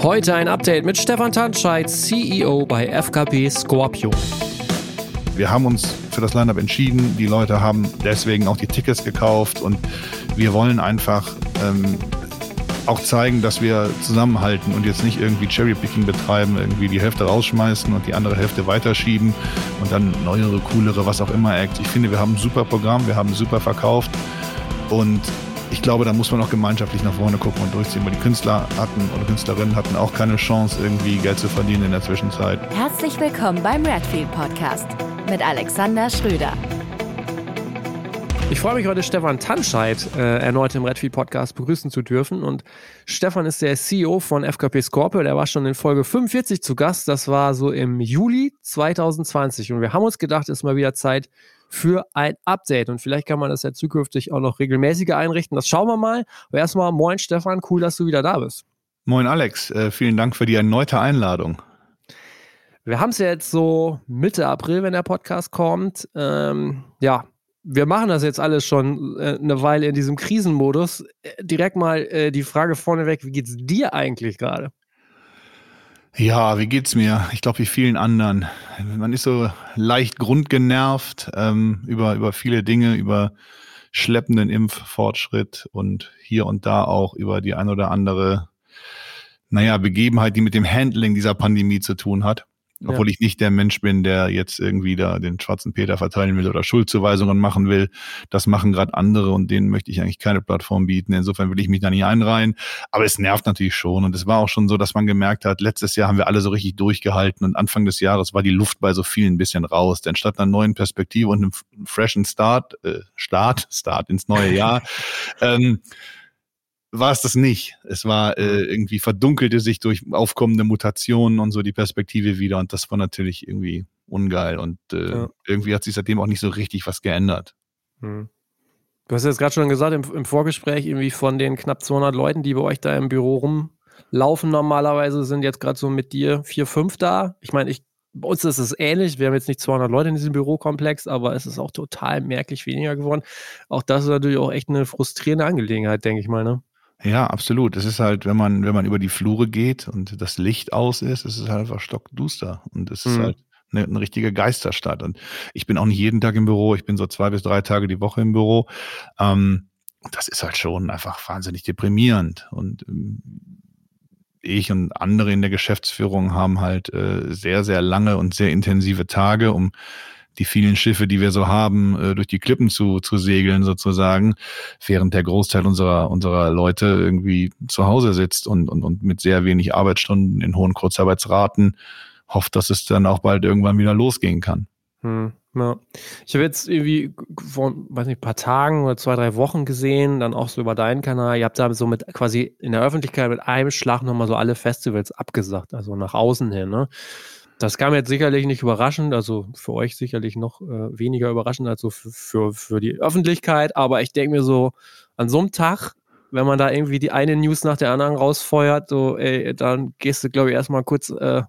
Heute ein Update mit Stefan Tanscheid, CEO bei FKP Scorpio. Wir haben uns für das Line-Up entschieden. Die Leute haben deswegen auch die Tickets gekauft und wir wollen einfach auch zeigen, dass wir zusammenhalten und jetzt nicht irgendwie Cherrypicking betreiben, irgendwie die Hälfte rausschmeißen und die andere Hälfte weiterschieben und dann neuere, coolere, was auch immer Acts. Ich finde, wir haben ein super Programm, wir haben super verkauft und ich glaube, da muss man auch gemeinschaftlich nach vorne gucken und durchziehen, weil die Künstler hatten oder Künstlerinnen hatten auch keine Chance, irgendwie Geld zu verdienen in der Zwischenzeit. Herzlich willkommen beim Redfield Podcast mit Alexander Schröder. Ich freue mich heute, Stefan Tanscheid erneut im Redfield Podcast begrüßen zu dürfen. Und Stefan ist der CEO von FKP Scorpio. Der war schon in Folge 45 zu Gast. Das war so im Juli 2020. Und wir haben uns gedacht, es ist mal wieder Zeit für ein Update. Und vielleicht kann man das ja zukünftig auch noch regelmäßiger einrichten. Das schauen wir mal. Aber erstmal, moin Stefan, cool, dass du wieder da bist. Moin Alex, vielen Dank für die erneute Einladung. Wir haben es ja jetzt so Mitte April, wenn der Podcast kommt. Wir machen das jetzt alles schon eine Weile in diesem Krisenmodus. Direkt mal die Frage vorneweg, wie geht's dir eigentlich gerade? Ja, wie geht's mir? Ich glaube, wie vielen anderen. Man ist so leicht grundgenervt über viele Dinge, über schleppenden Impffortschritt und hier und da auch über die ein oder andere, Begebenheit, die mit dem Handling dieser Pandemie zu tun hat. Obwohl ich nicht der Mensch bin, der jetzt irgendwie da den schwarzen Peter verteilen will oder Schuldzuweisungen machen will. Das machen gerade andere und denen möchte ich eigentlich keine Plattform bieten. Insofern will ich mich da nicht einreihen. Aber es nervt natürlich schon. Und es war auch schon so, dass man gemerkt hat, letztes Jahr haben wir alle so richtig durchgehalten und Anfang des Jahres war die Luft bei so vielen ein bisschen raus. Denn statt einer neuen Perspektive und einem freshen Start ins neue Jahr, war es das nicht. Es war irgendwie verdunkelte sich durch aufkommende Mutationen und so die Perspektive wieder und das war natürlich irgendwie ungeil und irgendwie hat sich seitdem auch nicht so richtig was geändert. Du hast jetzt gerade schon gesagt im Vorgespräch irgendwie von den knapp 200 Leuten, die bei euch da im Büro rumlaufen normalerweise, sind jetzt gerade so mit dir 4, 5 da. Ich meine, bei uns ist es ähnlich. Wir haben jetzt nicht 200 Leute in diesem Bürokomplex, aber es ist auch total merklich weniger geworden. Auch das ist natürlich auch echt eine frustrierende Angelegenheit, denke ich mal, ne? Ja, absolut. Es ist halt, wenn man über die Flure geht und das Licht aus ist, es ist halt einfach stockduster und es ist halt eine richtige Geisterstadt. Und ich bin auch nicht jeden Tag im Büro, ich bin so 2 bis 3 Tage die Woche im Büro. Das ist halt schon einfach wahnsinnig deprimierend. Und ich und andere in der Geschäftsführung haben halt sehr, sehr lange und sehr intensive Tage, um die vielen Schiffe, die wir so haben, durch die Klippen zu segeln sozusagen, während der Großteil unserer Leute irgendwie zu Hause sitzt und mit sehr wenig Arbeitsstunden in hohen Kurzarbeitsraten hofft, dass es dann auch bald irgendwann wieder losgehen kann. Ja. Ich habe jetzt irgendwie vor, ein paar Tagen oder 2, 3 Wochen gesehen, dann auch so über deinen Kanal, ihr habt da so mit quasi in der Öffentlichkeit mit einem Schlag nochmal so alle Festivals abgesagt, also nach außen hin, ne? Das kam jetzt sicherlich nicht überraschend, also für euch sicherlich noch weniger überraschend als so für die Öffentlichkeit, aber ich denke mir so, an so einem Tag, wenn man da irgendwie die eine News nach der anderen rausfeuert, so, dann gehst du, glaube ich, erstmal kurz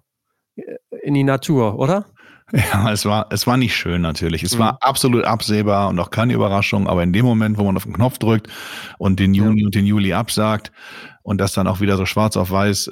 in die Natur, oder? Ja, es war nicht schön natürlich. Es war absolut absehbar und auch keine Überraschung, aber in dem Moment, wo man auf den Knopf drückt und den Juni und den Juli absagt und das dann auch wieder so schwarz auf weiß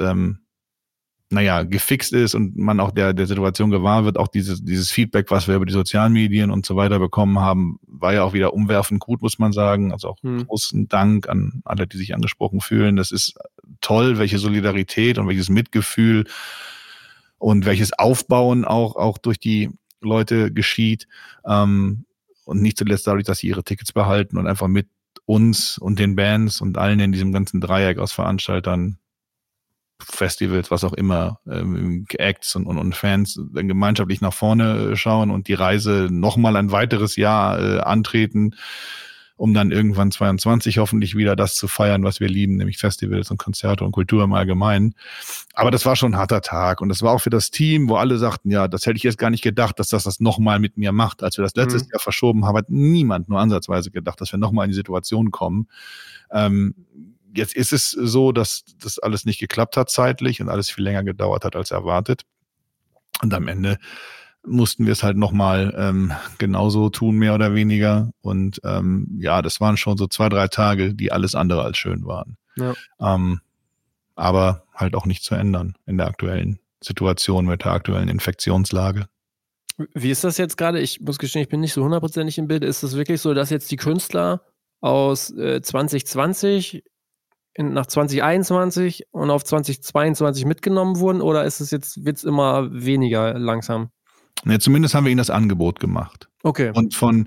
gefixt ist und man auch der Situation gewahr wird, auch dieses Feedback, was wir über die sozialen Medien und so weiter bekommen haben, war ja auch wieder umwerfend gut, muss man sagen. Also auch großen Dank an alle, die sich angesprochen fühlen. Das ist toll, welche Solidarität und welches Mitgefühl und welches Aufbauen auch durch die Leute geschieht. Und nicht zuletzt dadurch, dass sie ihre Tickets behalten und einfach mit uns und den Bands und allen in diesem ganzen Dreieck aus Veranstaltern, Festivals, was auch immer, Acts und Fans dann gemeinschaftlich nach vorne schauen und die Reise nochmal ein weiteres Jahr antreten, um dann irgendwann 22 hoffentlich wieder das zu feiern, was wir lieben, nämlich Festivals und Konzerte und Kultur im Allgemeinen. Aber das war schon ein harter Tag und das war auch für das Team, wo alle sagten, ja, das hätte ich jetzt gar nicht gedacht, dass das nochmal mit mir macht. Als wir das letztes Jahr verschoben haben, hat niemand nur ansatzweise gedacht, dass wir nochmal in die Situation kommen. Jetzt ist es so, dass das alles nicht geklappt hat zeitlich und alles viel länger gedauert hat als erwartet. Und am Ende mussten wir es halt nochmal genauso tun, mehr oder weniger. Und das waren schon so 2, 3 Tage, die alles andere als schön waren. Ja. aber halt auch nicht zu ändern in der aktuellen Situation mit der aktuellen Infektionslage. Wie ist das jetzt gerade? Ich muss gestehen, ich bin nicht so hundertprozentig im Bild. Ist es wirklich so, dass jetzt die Künstler aus 2020 nach 2021 und auf 2022 mitgenommen wurden, oder ist es jetzt, wird es immer weniger langsam? Ja, zumindest haben wir ihnen das Angebot gemacht. Okay. Und von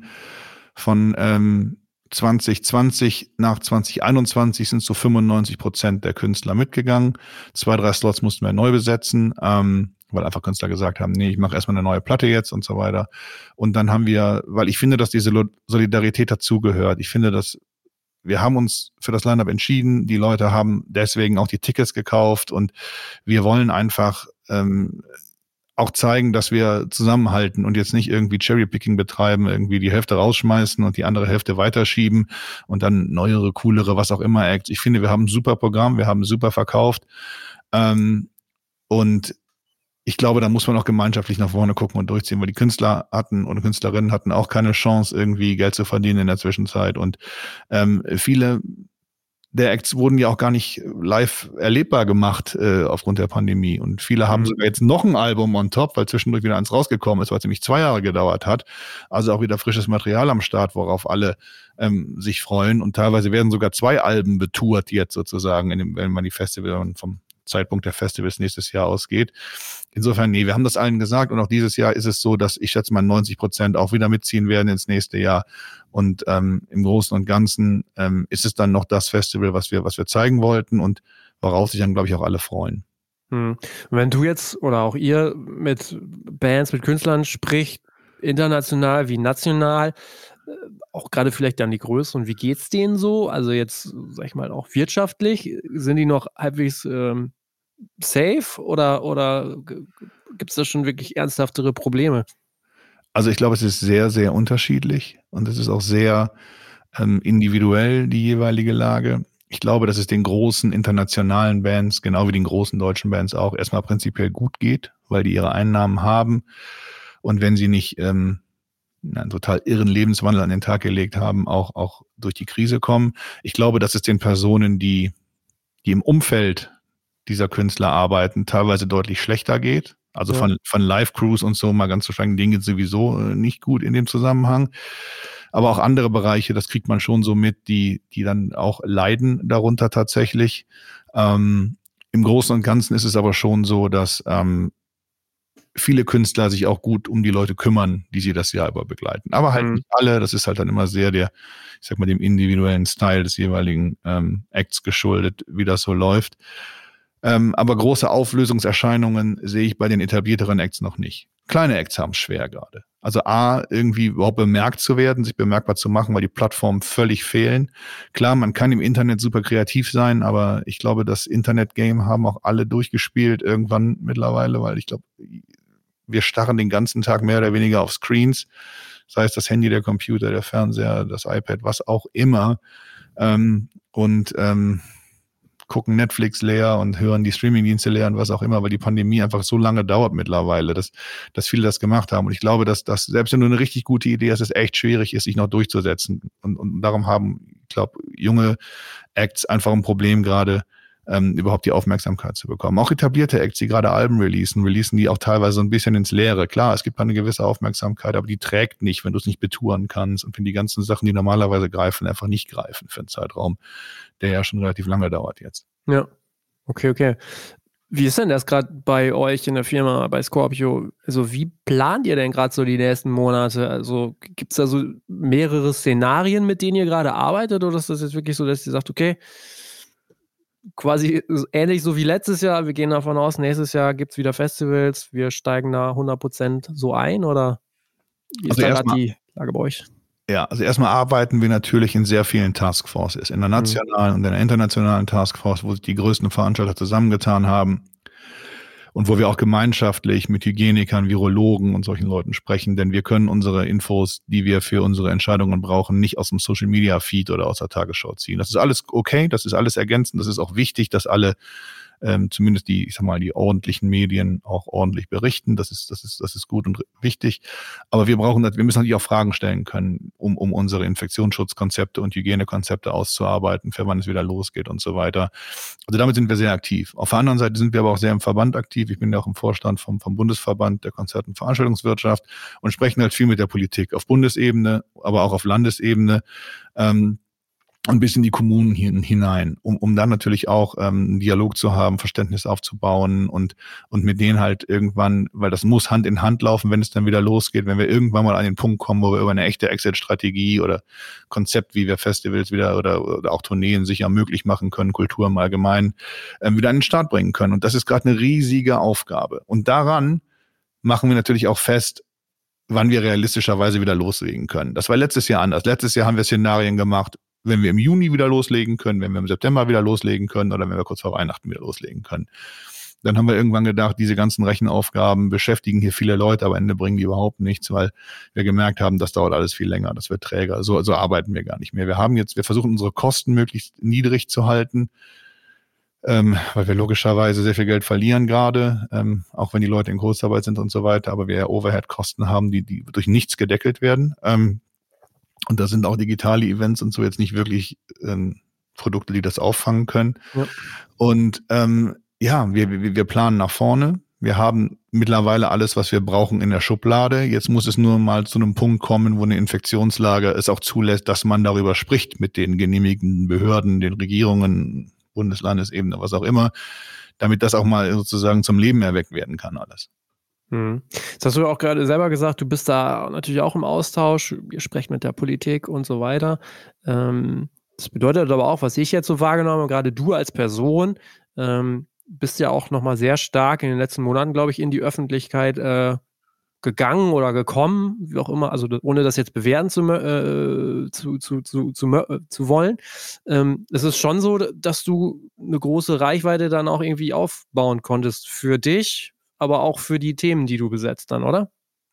2020 nach 2021 sind so 95% der Künstler mitgegangen. 2, 3 Slots mussten wir neu besetzen, weil einfach Künstler gesagt haben, nee, ich mache erstmal eine neue Platte jetzt und so weiter. Und dann haben wir, weil ich finde, dass diese Solidarität dazugehört. Ich finde, dass wir haben uns für das Line-Up entschieden. Die Leute haben deswegen auch die Tickets gekauft und wir wollen einfach auch zeigen, dass wir zusammenhalten und jetzt nicht irgendwie Cherrypicking betreiben, irgendwie die Hälfte rausschmeißen und die andere Hälfte weiterschieben und dann neuere, coolere, was auch immer Acts. Ich finde, wir haben ein super Programm, wir haben super verkauft und ich glaube, da muss man auch gemeinschaftlich nach vorne gucken und durchziehen, weil die Künstler hatten und Künstlerinnen hatten auch keine Chance, irgendwie Geld zu verdienen in der Zwischenzeit. Und viele der Acts wurden ja auch gar nicht live erlebbar gemacht aufgrund der Pandemie. Und viele haben sogar jetzt noch ein Album on top, weil zwischendurch wieder eins rausgekommen ist, weil es nämlich 2 Jahre gedauert hat. Also auch wieder frisches Material am Start, worauf alle sich freuen. Und teilweise werden sogar 2 Alben betourt jetzt sozusagen, wenn man die Festival vom Zeitpunkt der Festivals nächstes Jahr ausgeht. Insofern, nee, wir haben das allen gesagt und auch dieses Jahr ist es so, dass ich schätze mal 90% auch wieder mitziehen werden ins nächste Jahr und im Großen und Ganzen ist es dann noch das Festival, was wir zeigen wollten und worauf sich dann, glaube ich, auch alle freuen. Wenn du jetzt oder auch ihr mit Bands, mit Künstlern spricht, international wie national, auch gerade vielleicht dann die Größe, und wie geht's denen so? Also jetzt, sag ich mal, auch wirtschaftlich, sind die noch halbwegs safe oder gibt es da schon wirklich ernsthaftere Probleme? Also ich glaube, es ist sehr, sehr unterschiedlich und es ist auch sehr individuell, die jeweilige Lage. Ich glaube, dass es den großen internationalen Bands, genau wie den großen deutschen Bands auch, erstmal prinzipiell gut geht, weil die ihre Einnahmen haben und wenn sie nicht einen total irren Lebenswandel an den Tag gelegt haben, auch durch die Krise kommen. Ich glaube, dass es den Personen, die im Umfeld dieser Künstler arbeiten, teilweise deutlich schlechter geht. Also von Live-Crews und so mal ganz zu schweigen, denen geht sowieso nicht gut in dem Zusammenhang. Aber auch andere Bereiche, das kriegt man schon so mit, die dann auch leiden darunter tatsächlich. Im Großen und Ganzen ist es aber schon so, dass viele Künstler sich auch gut um die Leute kümmern, die sie das Jahr über begleiten. Aber halt nicht alle, das ist halt dann immer sehr dem individuellen Style des jeweiligen Acts geschuldet, wie das so läuft. Aber große Auflösungserscheinungen sehe ich bei den etablierteren Acts noch nicht. Kleine Acts haben es schwer gerade. Also irgendwie überhaupt bemerkt zu werden, sich bemerkbar zu machen, weil die Plattformen völlig fehlen. Klar, man kann im Internet super kreativ sein, aber ich glaube, das Internet-Game haben auch alle durchgespielt irgendwann mittlerweile, weil ich glaube, wir starren den ganzen Tag mehr oder weniger auf Screens, sei es das Handy, der Computer, der Fernseher, das iPad, was auch immer, gucken Netflix leer und hören die Streamingdienste leer und was auch immer, weil die Pandemie einfach so lange dauert mittlerweile, dass viele das gemacht haben. Und ich glaube, dass das, selbst wenn du eine richtig gute Idee hast, es echt schwierig ist, sich noch durchzusetzen. Und darum haben, ich glaube, junge Acts einfach ein Problem gerade, überhaupt die Aufmerksamkeit zu bekommen. Auch etablierte Acts, die gerade Alben releasen die auch teilweise so ein bisschen ins Leere. Klar, es gibt eine gewisse Aufmerksamkeit, aber die trägt nicht, wenn du es nicht betouren kannst und wenn die ganzen Sachen, die normalerweise greifen, einfach nicht greifen für einen Zeitraum, der ja schon relativ lange dauert jetzt. Ja, okay. Wie ist denn das gerade bei euch in der Firma, bei Scorpio? Also wie plant ihr denn gerade so die nächsten Monate? Also gibt es da so mehrere Szenarien, mit denen ihr gerade arbeitet, oder ist das jetzt wirklich so, dass ihr sagt, okay, quasi ähnlich so wie letztes Jahr, wir gehen davon aus, nächstes Jahr gibt es wieder Festivals, wir steigen da 100% so ein, oder wie ist da gerade die Lage bei euch? Ja, also erstmal arbeiten wir natürlich in sehr vielen Taskforces, in der nationalen und in der internationalen Taskforce, wo sich die größten Veranstalter zusammengetan haben und wo wir auch gemeinschaftlich mit Hygienikern, Virologen und solchen Leuten sprechen, denn wir können unsere Infos, die wir für unsere Entscheidungen brauchen, nicht aus dem Social-Media-Feed oder aus der Tagesschau ziehen. Das ist alles okay, das ist alles ergänzend, das ist auch wichtig, dass alle zumindest die ordentlichen Medien auch ordentlich berichten. Das ist gut und wichtig. Aber wir müssen natürlich auch Fragen stellen können, um unsere Infektionsschutzkonzepte und Hygienekonzepte auszuarbeiten, für wann es wieder losgeht und so weiter. Also damit sind wir sehr aktiv. Auf der anderen Seite sind wir aber auch sehr im Verband aktiv. Ich bin ja auch im Vorstand vom Bundesverband der Konzert- und Veranstaltungswirtschaft und sprechen halt viel mit der Politik auf Bundesebene, aber auch auf Landesebene. Und bis in die Kommunen hinein, um dann natürlich auch einen Dialog zu haben, Verständnis aufzubauen und mit denen halt irgendwann, weil das muss Hand in Hand laufen, wenn es dann wieder losgeht, wenn wir irgendwann mal an den Punkt kommen, wo wir über eine echte Exit-Strategie oder Konzept, wie wir Festivals wieder oder auch Tourneen sicher möglich machen können, Kultur im Allgemeinen, wieder an den Start bringen können. Und das ist gerade eine riesige Aufgabe. Und daran machen wir natürlich auch fest, wann wir realistischerweise wieder loslegen können. Das war letztes Jahr anders. Letztes Jahr haben wir Szenarien gemacht, wenn wir im Juni wieder loslegen können, wenn wir im September wieder loslegen können oder wenn wir kurz vor Weihnachten wieder loslegen können. Dann haben wir irgendwann gedacht, diese ganzen Rechenaufgaben beschäftigen hier viele Leute, aber am Ende bringen die überhaupt nichts, weil wir gemerkt haben, das dauert alles viel länger, das wird träger. So arbeiten wir gar nicht mehr. Wir versuchen unsere Kosten möglichst niedrig zu halten, weil wir logischerweise sehr viel Geld verlieren gerade, auch wenn die Leute in Kurzarbeit sind und so weiter, aber wir ja Overhead-Kosten haben, die durch nichts gedeckelt werden. Und da sind auch digitale Events und so jetzt nicht wirklich Produkte, die das auffangen können. Ja. Und wir planen nach vorne. Wir haben mittlerweile alles, was wir brauchen, in der Schublade. Jetzt muss es nur mal zu einem Punkt kommen, wo eine Infektionslage es auch zulässt, dass man darüber spricht mit den genehmigenden Behörden, den Regierungen, Bundeslandesebene, was auch immer, damit das auch mal sozusagen zum Leben erweckt werden kann alles. Jetzt hast du ja auch gerade selber gesagt, du bist da natürlich auch im Austausch, ihr sprecht mit der Politik und so weiter. Das bedeutet aber auch, was ich jetzt so wahrgenommen habe, gerade du als Person, bist ja auch nochmal sehr stark in den letzten Monaten, glaube ich, in die Öffentlichkeit gegangen oder gekommen, wie auch immer, also ohne das jetzt bewerten zu wollen. Es ist schon so, dass du eine große Reichweite dann auch irgendwie aufbauen konntest für dich, aber auch für die Themen, die du besetzt dann, oder?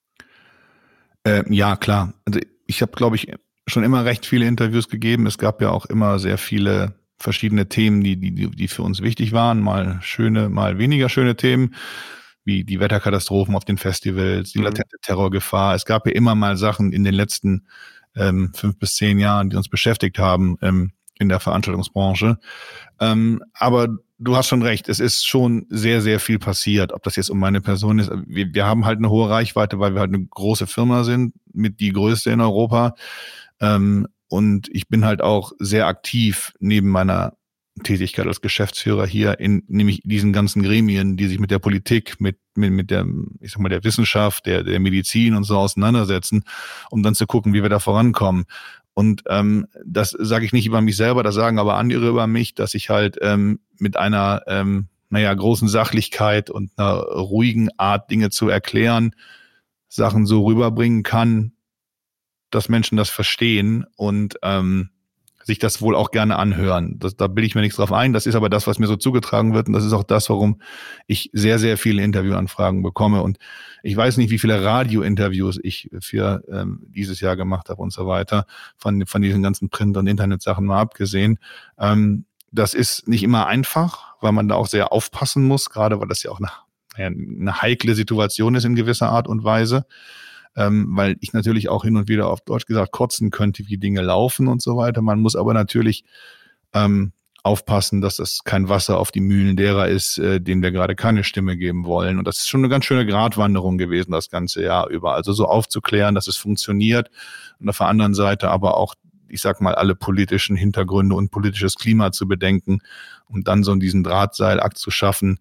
Ja, klar. Also ich habe, glaube ich, schon immer recht viele Interviews gegeben. Es gab ja auch immer sehr viele verschiedene Themen, die für uns wichtig waren. Mal schöne, mal weniger schöne Themen, wie die Wetterkatastrophen auf den Festivals, die latente Terrorgefahr. Es gab ja immer mal Sachen in den letzten 5 bis 10 Jahren, die uns beschäftigt haben in der Veranstaltungsbranche. Aber du hast schon recht, es ist schon sehr, sehr viel passiert, ob das jetzt um meine Person ist. Wir haben halt eine hohe Reichweite, weil wir halt eine große Firma sind, mit die größte in Europa. Und ich bin halt auch sehr aktiv neben meiner Tätigkeit als Geschäftsführer hier in nämlich diesen ganzen Gremien, die sich mit der Politik, mit der, ich sag mal, der Wissenschaft, der Medizin und so auseinandersetzen, um dann zu gucken, wie wir da vorankommen. Und das sage ich nicht über mich selber, das sagen aber andere über mich, dass ich halt mit einer großen Sachlichkeit und einer ruhigen Art, Dinge zu erklären, Sachen so rüberbringen kann, dass Menschen das verstehen und sich das wohl auch gerne anhören. Da bilde ich mir nichts drauf ein. Das ist aber das, was mir so zugetragen wird. Und das ist auch das, warum ich sehr, sehr viele Interviewanfragen bekomme. Und ich weiß nicht, wie viele Radiointerviews ich für dieses Jahr gemacht habe und so weiter. Von diesen ganzen Print- und Internetsachen mal abgesehen. Das ist nicht immer einfach, weil man da auch sehr aufpassen muss, gerade weil das ja auch eine heikle Situation ist in gewisser Art und Weise. Weil ich natürlich auch hin und wieder auf Deutsch gesagt kotzen könnte, wie Dinge laufen und so weiter. Man muss aber natürlich aufpassen, dass das kein Wasser auf die Mühlen derer ist, denen wir gerade keine Stimme geben wollen. Und das ist schon eine ganz schöne Gratwanderung gewesen, das ganze Jahr über. Also so aufzuklären, dass es funktioniert und auf der anderen Seite aber auch, ich sag mal, alle politischen Hintergründe und politisches Klima zu bedenken und dann so diesen Drahtseilakt zu schaffen,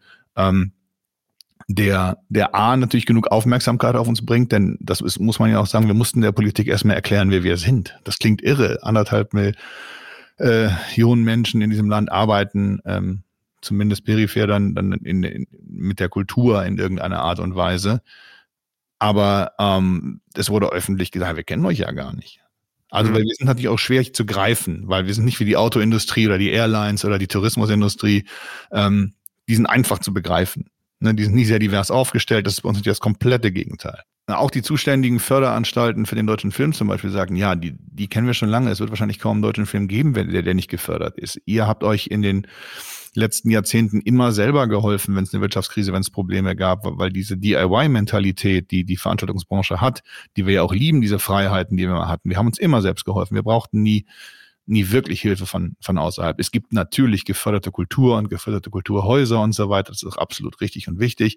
der A natürlich genug Aufmerksamkeit auf uns bringt, denn das ist, muss man ja auch sagen, wir mussten der Politik erstmal erklären, wer wir sind. Das klingt irre. 1,5 Millionen Menschen in diesem Land arbeiten, zumindest peripher dann mit der Kultur in irgendeiner Art und Weise. Aber es wurde öffentlich gesagt, wir kennen euch ja gar nicht. Also weil wir sind natürlich auch schwer zu greifen, weil wir sind nicht wie die Autoindustrie oder die Airlines oder die Tourismusindustrie, die sind einfach zu begreifen. Die sind nicht sehr divers aufgestellt, das ist bei uns natürlich das komplette Gegenteil. Auch die zuständigen Förderanstalten für den deutschen Film zum Beispiel sagen, ja, die kennen wir schon lange, es wird wahrscheinlich kaum einen deutschen Film geben, der nicht gefördert ist. Ihr habt euch in den letzten Jahrzehnten immer selber geholfen, wenn es eine Wirtschaftskrise, wenn es Probleme gab, weil diese DIY-Mentalität, die die Veranstaltungsbranche hat, die wir ja auch lieben, diese Freiheiten, die wir mal hatten. Wir haben uns immer selbst geholfen. Wir brauchten nie wirklich Hilfe von außerhalb. Es gibt natürlich geförderte Kultur und geförderte Kulturhäuser und so weiter. Das ist auch absolut richtig und wichtig.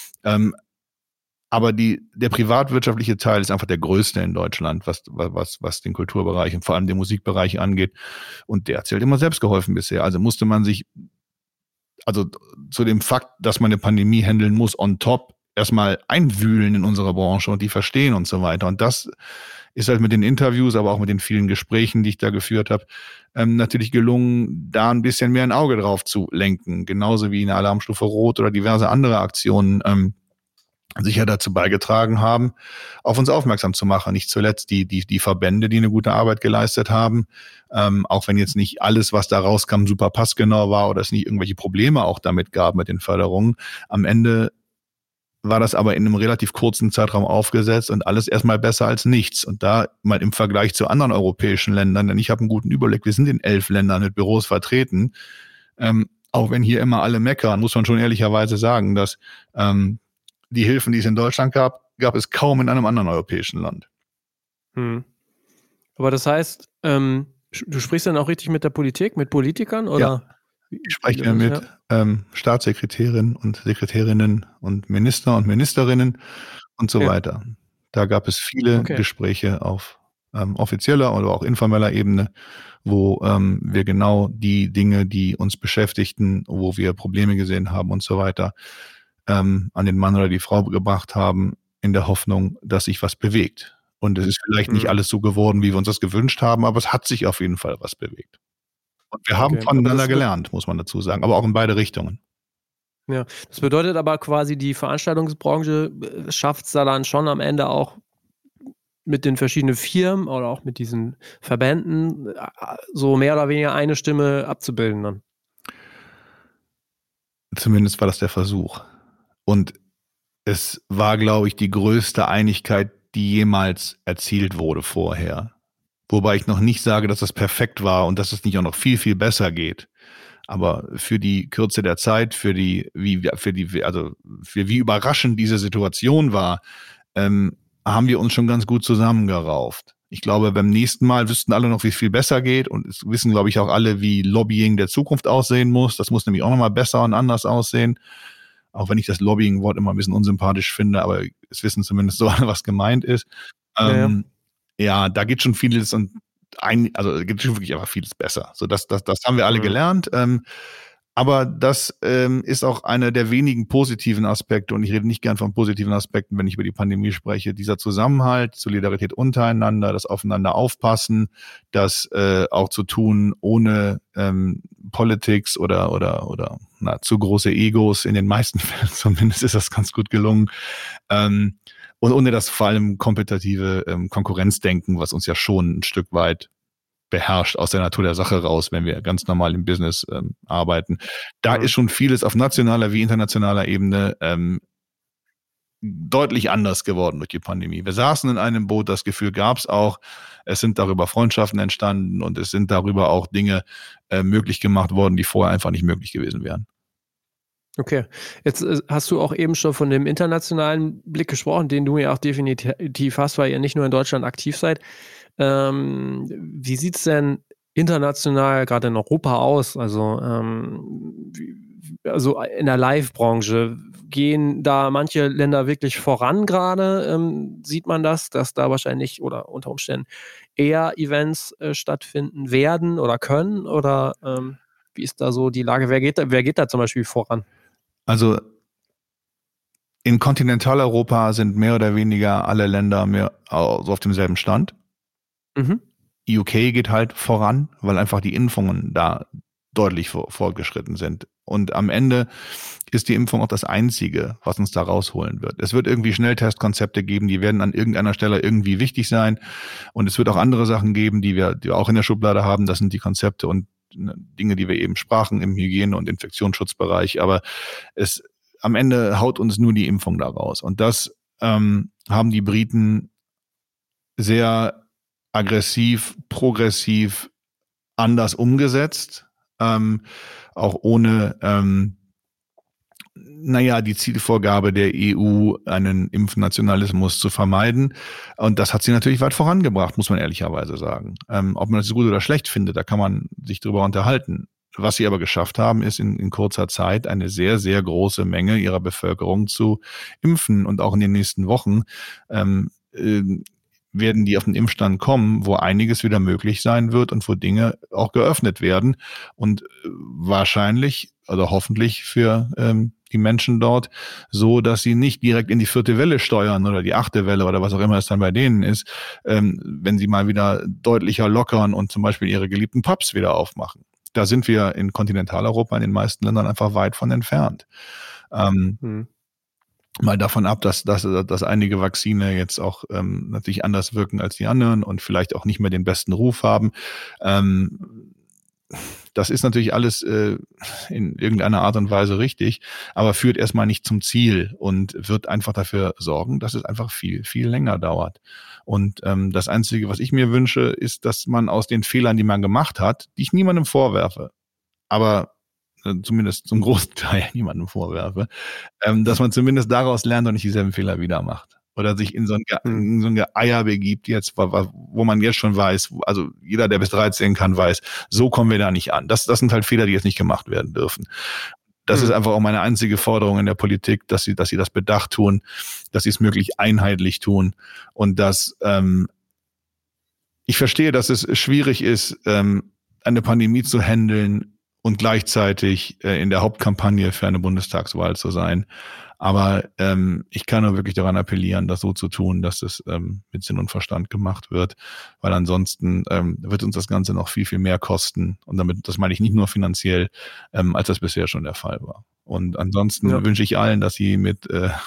Aber der privatwirtschaftliche Teil ist einfach der größte in Deutschland, was den Kulturbereich und vor allem den Musikbereich angeht. Und der hat sich halt immer selbst geholfen bisher. Also musste man sich, also zu dem Fakt, dass man eine Pandemie handeln muss, on top erstmal einwühlen in unserer Branche und die verstehen und so weiter. Und das ist halt mit den Interviews, aber auch mit den vielen Gesprächen, die ich da geführt habe, natürlich gelungen, da ein bisschen mehr ein Auge drauf zu lenken. Genauso wie eine Alarmstufe Rot oder diverse andere Aktionen sicher dazu beigetragen haben, auf uns aufmerksam zu machen. Nicht zuletzt die Verbände, die eine gute Arbeit geleistet haben, auch wenn jetzt nicht alles, was da rauskam, super passgenau war oder es nicht irgendwelche Probleme auch damit gab mit den Förderungen. Am Ende war das aber in einem relativ kurzen Zeitraum aufgesetzt und alles erstmal besser als nichts. Und da mal im Vergleich zu anderen europäischen Ländern, denn ich habe einen guten Überblick, wir sind in 11 Ländern mit Büros vertreten, auch wenn hier immer alle meckern, muss man schon ehrlicherweise sagen, dass die Hilfen, die es in Deutschland gab es kaum in einem anderen europäischen Land. Aber das heißt, du sprichst dann auch richtig mit der Politik, mit Politikern? Oder? Ja, ich spreche mit Staatssekretärinnen und Sekretärinnen und Minister und Ministerinnen und so weiter. Da gab es viele Gespräche auf offizieller oder auch informeller Ebene, wo wir genau die Dinge, die uns beschäftigten, wo wir Probleme gesehen haben und so weiter, an den Mann oder die Frau gebracht haben, in der Hoffnung, dass sich was bewegt. Und es ist vielleicht nicht alles so geworden, wie wir uns das gewünscht haben, aber es hat sich auf jeden Fall was bewegt. Und wir haben voneinander gelernt, muss man dazu sagen, aber auch in beide Richtungen. Ja, das bedeutet aber quasi, die Veranstaltungsbranche schafft es da dann schon am Ende auch mit den verschiedenen Firmen oder auch mit diesen Verbänden so mehr oder weniger eine Stimme abzubilden dann. Zumindest war das der Versuch. Und es war, glaube ich, die größte Einigkeit, die jemals erzielt wurde vorher. Wobei ich noch nicht sage, dass das perfekt war und dass es nicht auch noch viel, viel besser geht. Aber für die Kürze der Zeit, für wie überraschend diese Situation war, haben wir uns schon ganz gut zusammengerauft. Ich glaube, beim nächsten Mal wüssten alle noch, wie es viel besser geht. Und es wissen, glaube ich, auch alle, wie Lobbying der Zukunft aussehen muss. Das muss nämlich auch nochmal besser und anders aussehen. Auch wenn ich das Lobbying-Wort immer ein bisschen unsympathisch finde, aber es wissen zumindest so alle, was gemeint ist. Ja, da geht schon vieles geht schon wirklich einfach vieles besser. So, das haben wir alle gelernt. Aber das ist auch einer der wenigen positiven Aspekte, und ich rede nicht gern von positiven Aspekten, wenn ich über die Pandemie spreche. Dieser Zusammenhalt, Solidarität untereinander, das Aufeinander aufpassen, das auch zu tun ohne Politics oder zu große Egos. In den meisten Fällen zumindest ist das ganz gut gelungen. Und ohne das vor allem kompetitive Konkurrenzdenken, was uns ja schon ein Stück weit beherrscht aus der Natur der Sache raus, wenn wir ganz normal im Business arbeiten. Da ist schon vieles auf nationaler wie internationaler Ebene deutlich anders geworden durch die Pandemie. Wir saßen in einem Boot, das Gefühl gab es auch. Es sind darüber Freundschaften entstanden und es sind darüber auch Dinge möglich gemacht worden, die vorher einfach nicht möglich gewesen wären. Okay, jetzt hast du auch eben schon von dem internationalen Blick gesprochen, den du ja auch definitiv hast, weil ihr nicht nur in Deutschland aktiv seid. Wie sieht es denn international, gerade in Europa aus? Also in der Live-Branche, gehen da manche Länder wirklich voran gerade? Sieht man das, dass da wahrscheinlich oder unter Umständen eher Events stattfinden werden oder können? Oder wie ist da so die Lage? Wer geht da zum Beispiel voran? Also in Kontinentaleuropa sind mehr oder weniger alle Länder so auf demselben Stand. UK geht halt voran, weil einfach die Impfungen da deutlich fortgeschritten sind. Und am Ende ist die Impfung auch das Einzige, was uns da rausholen wird. Es wird irgendwie Schnelltestkonzepte geben, die werden an irgendeiner Stelle irgendwie wichtig sein. Und es wird auch andere Sachen geben, die wir auch in der Schublade haben. Das sind die Konzepte und Dinge, die wir eben sprachen im Hygiene- und Infektionsschutzbereich. Aber am Ende haut uns nur die Impfung da raus. Und das haben die Briten sehr aggressiv, progressiv anders umgesetzt. auch ohne die Zielvorgabe der EU, einen Impfnationalismus zu vermeiden. Und das hat sie natürlich weit vorangebracht, muss man ehrlicherweise sagen. Ob man das gut oder schlecht findet, da kann man sich drüber unterhalten. Was sie aber geschafft haben, ist in kurzer Zeit eine sehr, sehr große Menge ihrer Bevölkerung zu impfen. Und auch in den nächsten Wochen werden die auf den Impfstand kommen, wo einiges wieder möglich sein wird und wo Dinge auch geöffnet werden. Und wahrscheinlich oder hoffentlich für die Menschen dort so, dass sie nicht direkt in die 4. Welle steuern oder die 8. Welle oder was auch immer es dann bei denen ist, wenn sie mal wieder deutlicher lockern und zum Beispiel ihre geliebten Pubs wieder aufmachen. Da sind wir in Kontinentaleuropa in den meisten Ländern einfach weit von entfernt. Mal davon ab, dass einige Vakzine jetzt auch natürlich anders wirken als die anderen und vielleicht auch nicht mehr den besten Ruf haben. Das ist natürlich alles in irgendeiner Art und Weise richtig, aber führt erstmal nicht zum Ziel und wird einfach dafür sorgen, dass es einfach viel, viel länger dauert. Und das Einzige, was ich mir wünsche, ist, dass man aus den Fehlern, die man gemacht hat, die ich niemandem vorwerfe, aber zumindest zum großen Teil niemandem vorwerfe, dass man zumindest daraus lernt und nicht dieselben Fehler wieder macht. Oder sich in so ein Geeier begibt jetzt, wo man jetzt schon weiß, also jeder, der bis 13 kann, weiß, so kommen wir da nicht an. Das sind halt Fehler, die jetzt nicht gemacht werden dürfen. Das ist einfach auch meine einzige Forderung in der Politik, dass sie das bedacht tun, dass sie es möglich einheitlich tun und dass ich verstehe, dass es schwierig ist, eine Pandemie zu handeln und gleichzeitig in der Hauptkampagne für eine Bundestagswahl zu sein. Aber ich kann nur wirklich daran appellieren, das so zu tun, dass es mit Sinn und Verstand gemacht wird, weil ansonsten wird uns das Ganze noch viel, viel mehr kosten. Und das meine ich nicht nur finanziell, als das bisher schon der Fall war. Und ansonsten wünsche ich allen, dass sie mit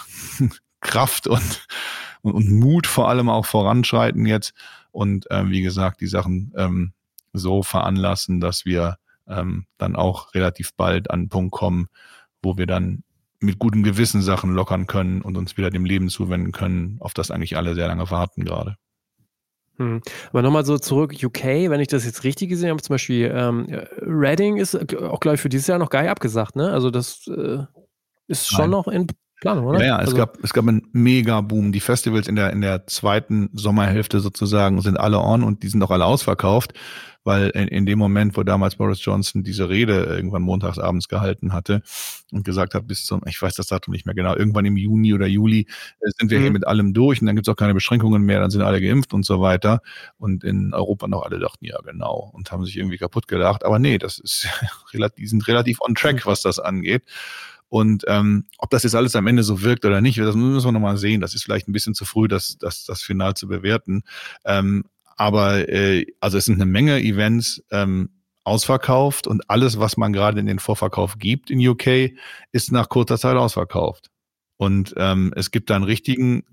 Kraft und Mut vor allem auch voranschreiten jetzt und wie gesagt, die Sachen so veranlassen, dass wir dann auch relativ bald an einen Punkt kommen, wo wir dann mit gutem Gewissen Sachen lockern können und uns wieder dem Leben zuwenden können, auf das eigentlich alle sehr lange warten gerade. Aber nochmal so zurück, UK, wenn ich das jetzt richtig gesehen habe, zum Beispiel Reading ist auch, glaube ich, für dieses Jahr noch gar nicht abgesagt, ne? Also das ist schon noch in Planung, oder? Ja, es gab einen Mega-Boom. Die Festivals in der zweiten Sommerhälfte sozusagen sind alle on und die sind auch alle ausverkauft, weil in dem Moment, wo damals Boris Johnson diese Rede irgendwann montagsabends gehalten hatte und gesagt hat, bis zum, ich weiß das Datum nicht mehr genau, irgendwann im Juni oder Juli sind wir hier mit allem durch und dann gibt's auch keine Beschränkungen mehr, dann sind alle geimpft und so weiter. Und in Europa noch alle dachten, ja genau, und haben sich irgendwie kaputt gelacht. Aber nee, das ist die sind relativ on track, was das angeht. Und ob das jetzt alles am Ende so wirkt oder nicht, das müssen wir nochmal sehen. Das ist vielleicht ein bisschen zu früh, das final zu bewerten. Aber also es sind eine Menge Events ausverkauft und alles, was man gerade in den Vorverkauf gibt in UK, ist nach kurzer Zeit ausverkauft. Und es gibt da einen richtigen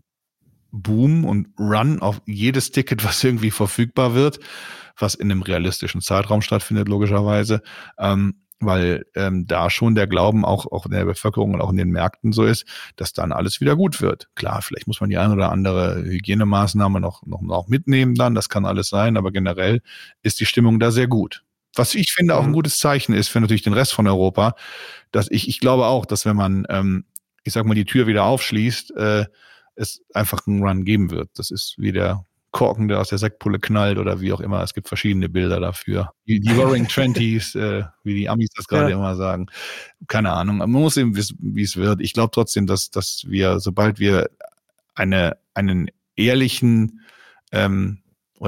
Boom und Run auf jedes Ticket, was irgendwie verfügbar wird, was in einem realistischen Zeitraum stattfindet, logischerweise. Weil da schon der Glauben auch in der Bevölkerung und auch in den Märkten so ist, dass dann alles wieder gut wird. Klar, vielleicht muss man die ein oder andere Hygienemaßnahme noch mitnehmen dann, das kann alles sein, aber generell ist die Stimmung da sehr gut. Was ich finde auch ein gutes Zeichen ist für natürlich den Rest von Europa, dass ich glaube auch, dass wenn man, ich sag mal, die Tür wieder aufschließt, es einfach einen Run geben wird. Das ist wie der Korken, der aus der Sektpulle knallt oder wie auch immer. Es gibt verschiedene Bilder dafür. Die Roaring Twenties, wie die Amis das gerade immer sagen. Keine Ahnung. Man muss eben wissen, wie es wird. Ich glaube trotzdem, dass wir, sobald wir einen ehrlichen den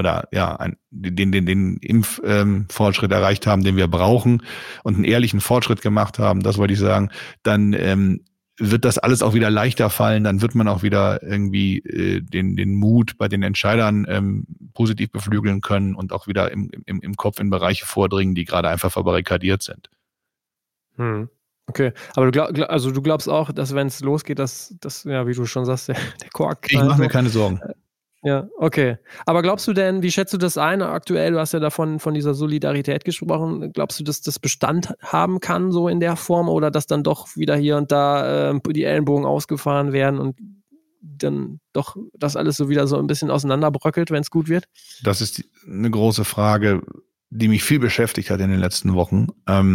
Impffortschritt erreicht haben, den wir brauchen und einen ehrlichen Fortschritt gemacht haben, das wollte ich sagen, dann wird das alles auch wieder leichter fallen, dann wird man auch wieder irgendwie den Mut bei den Entscheidern positiv beflügeln können und auch wieder im Kopf in Bereiche vordringen, die gerade einfach verbarrikadiert sind. Okay, aber du glaubst auch, dass wenn es losgeht, dass ja, wie du schon sagst, der Kork. Ich mache mir keine Sorgen. Ja, okay. Aber glaubst du denn, wie schätzt du das ein aktuell? Du hast ja davon von dieser Solidarität gesprochen. Glaubst du, dass das Bestand haben kann, so in der Form, oder dass dann doch wieder hier und da die Ellenbogen ausgefahren werden und dann doch das alles so wieder so ein bisschen auseinanderbröckelt, wenn es gut wird? Das ist eine große Frage. die mich viel beschäftigt hat in den letzten Wochen.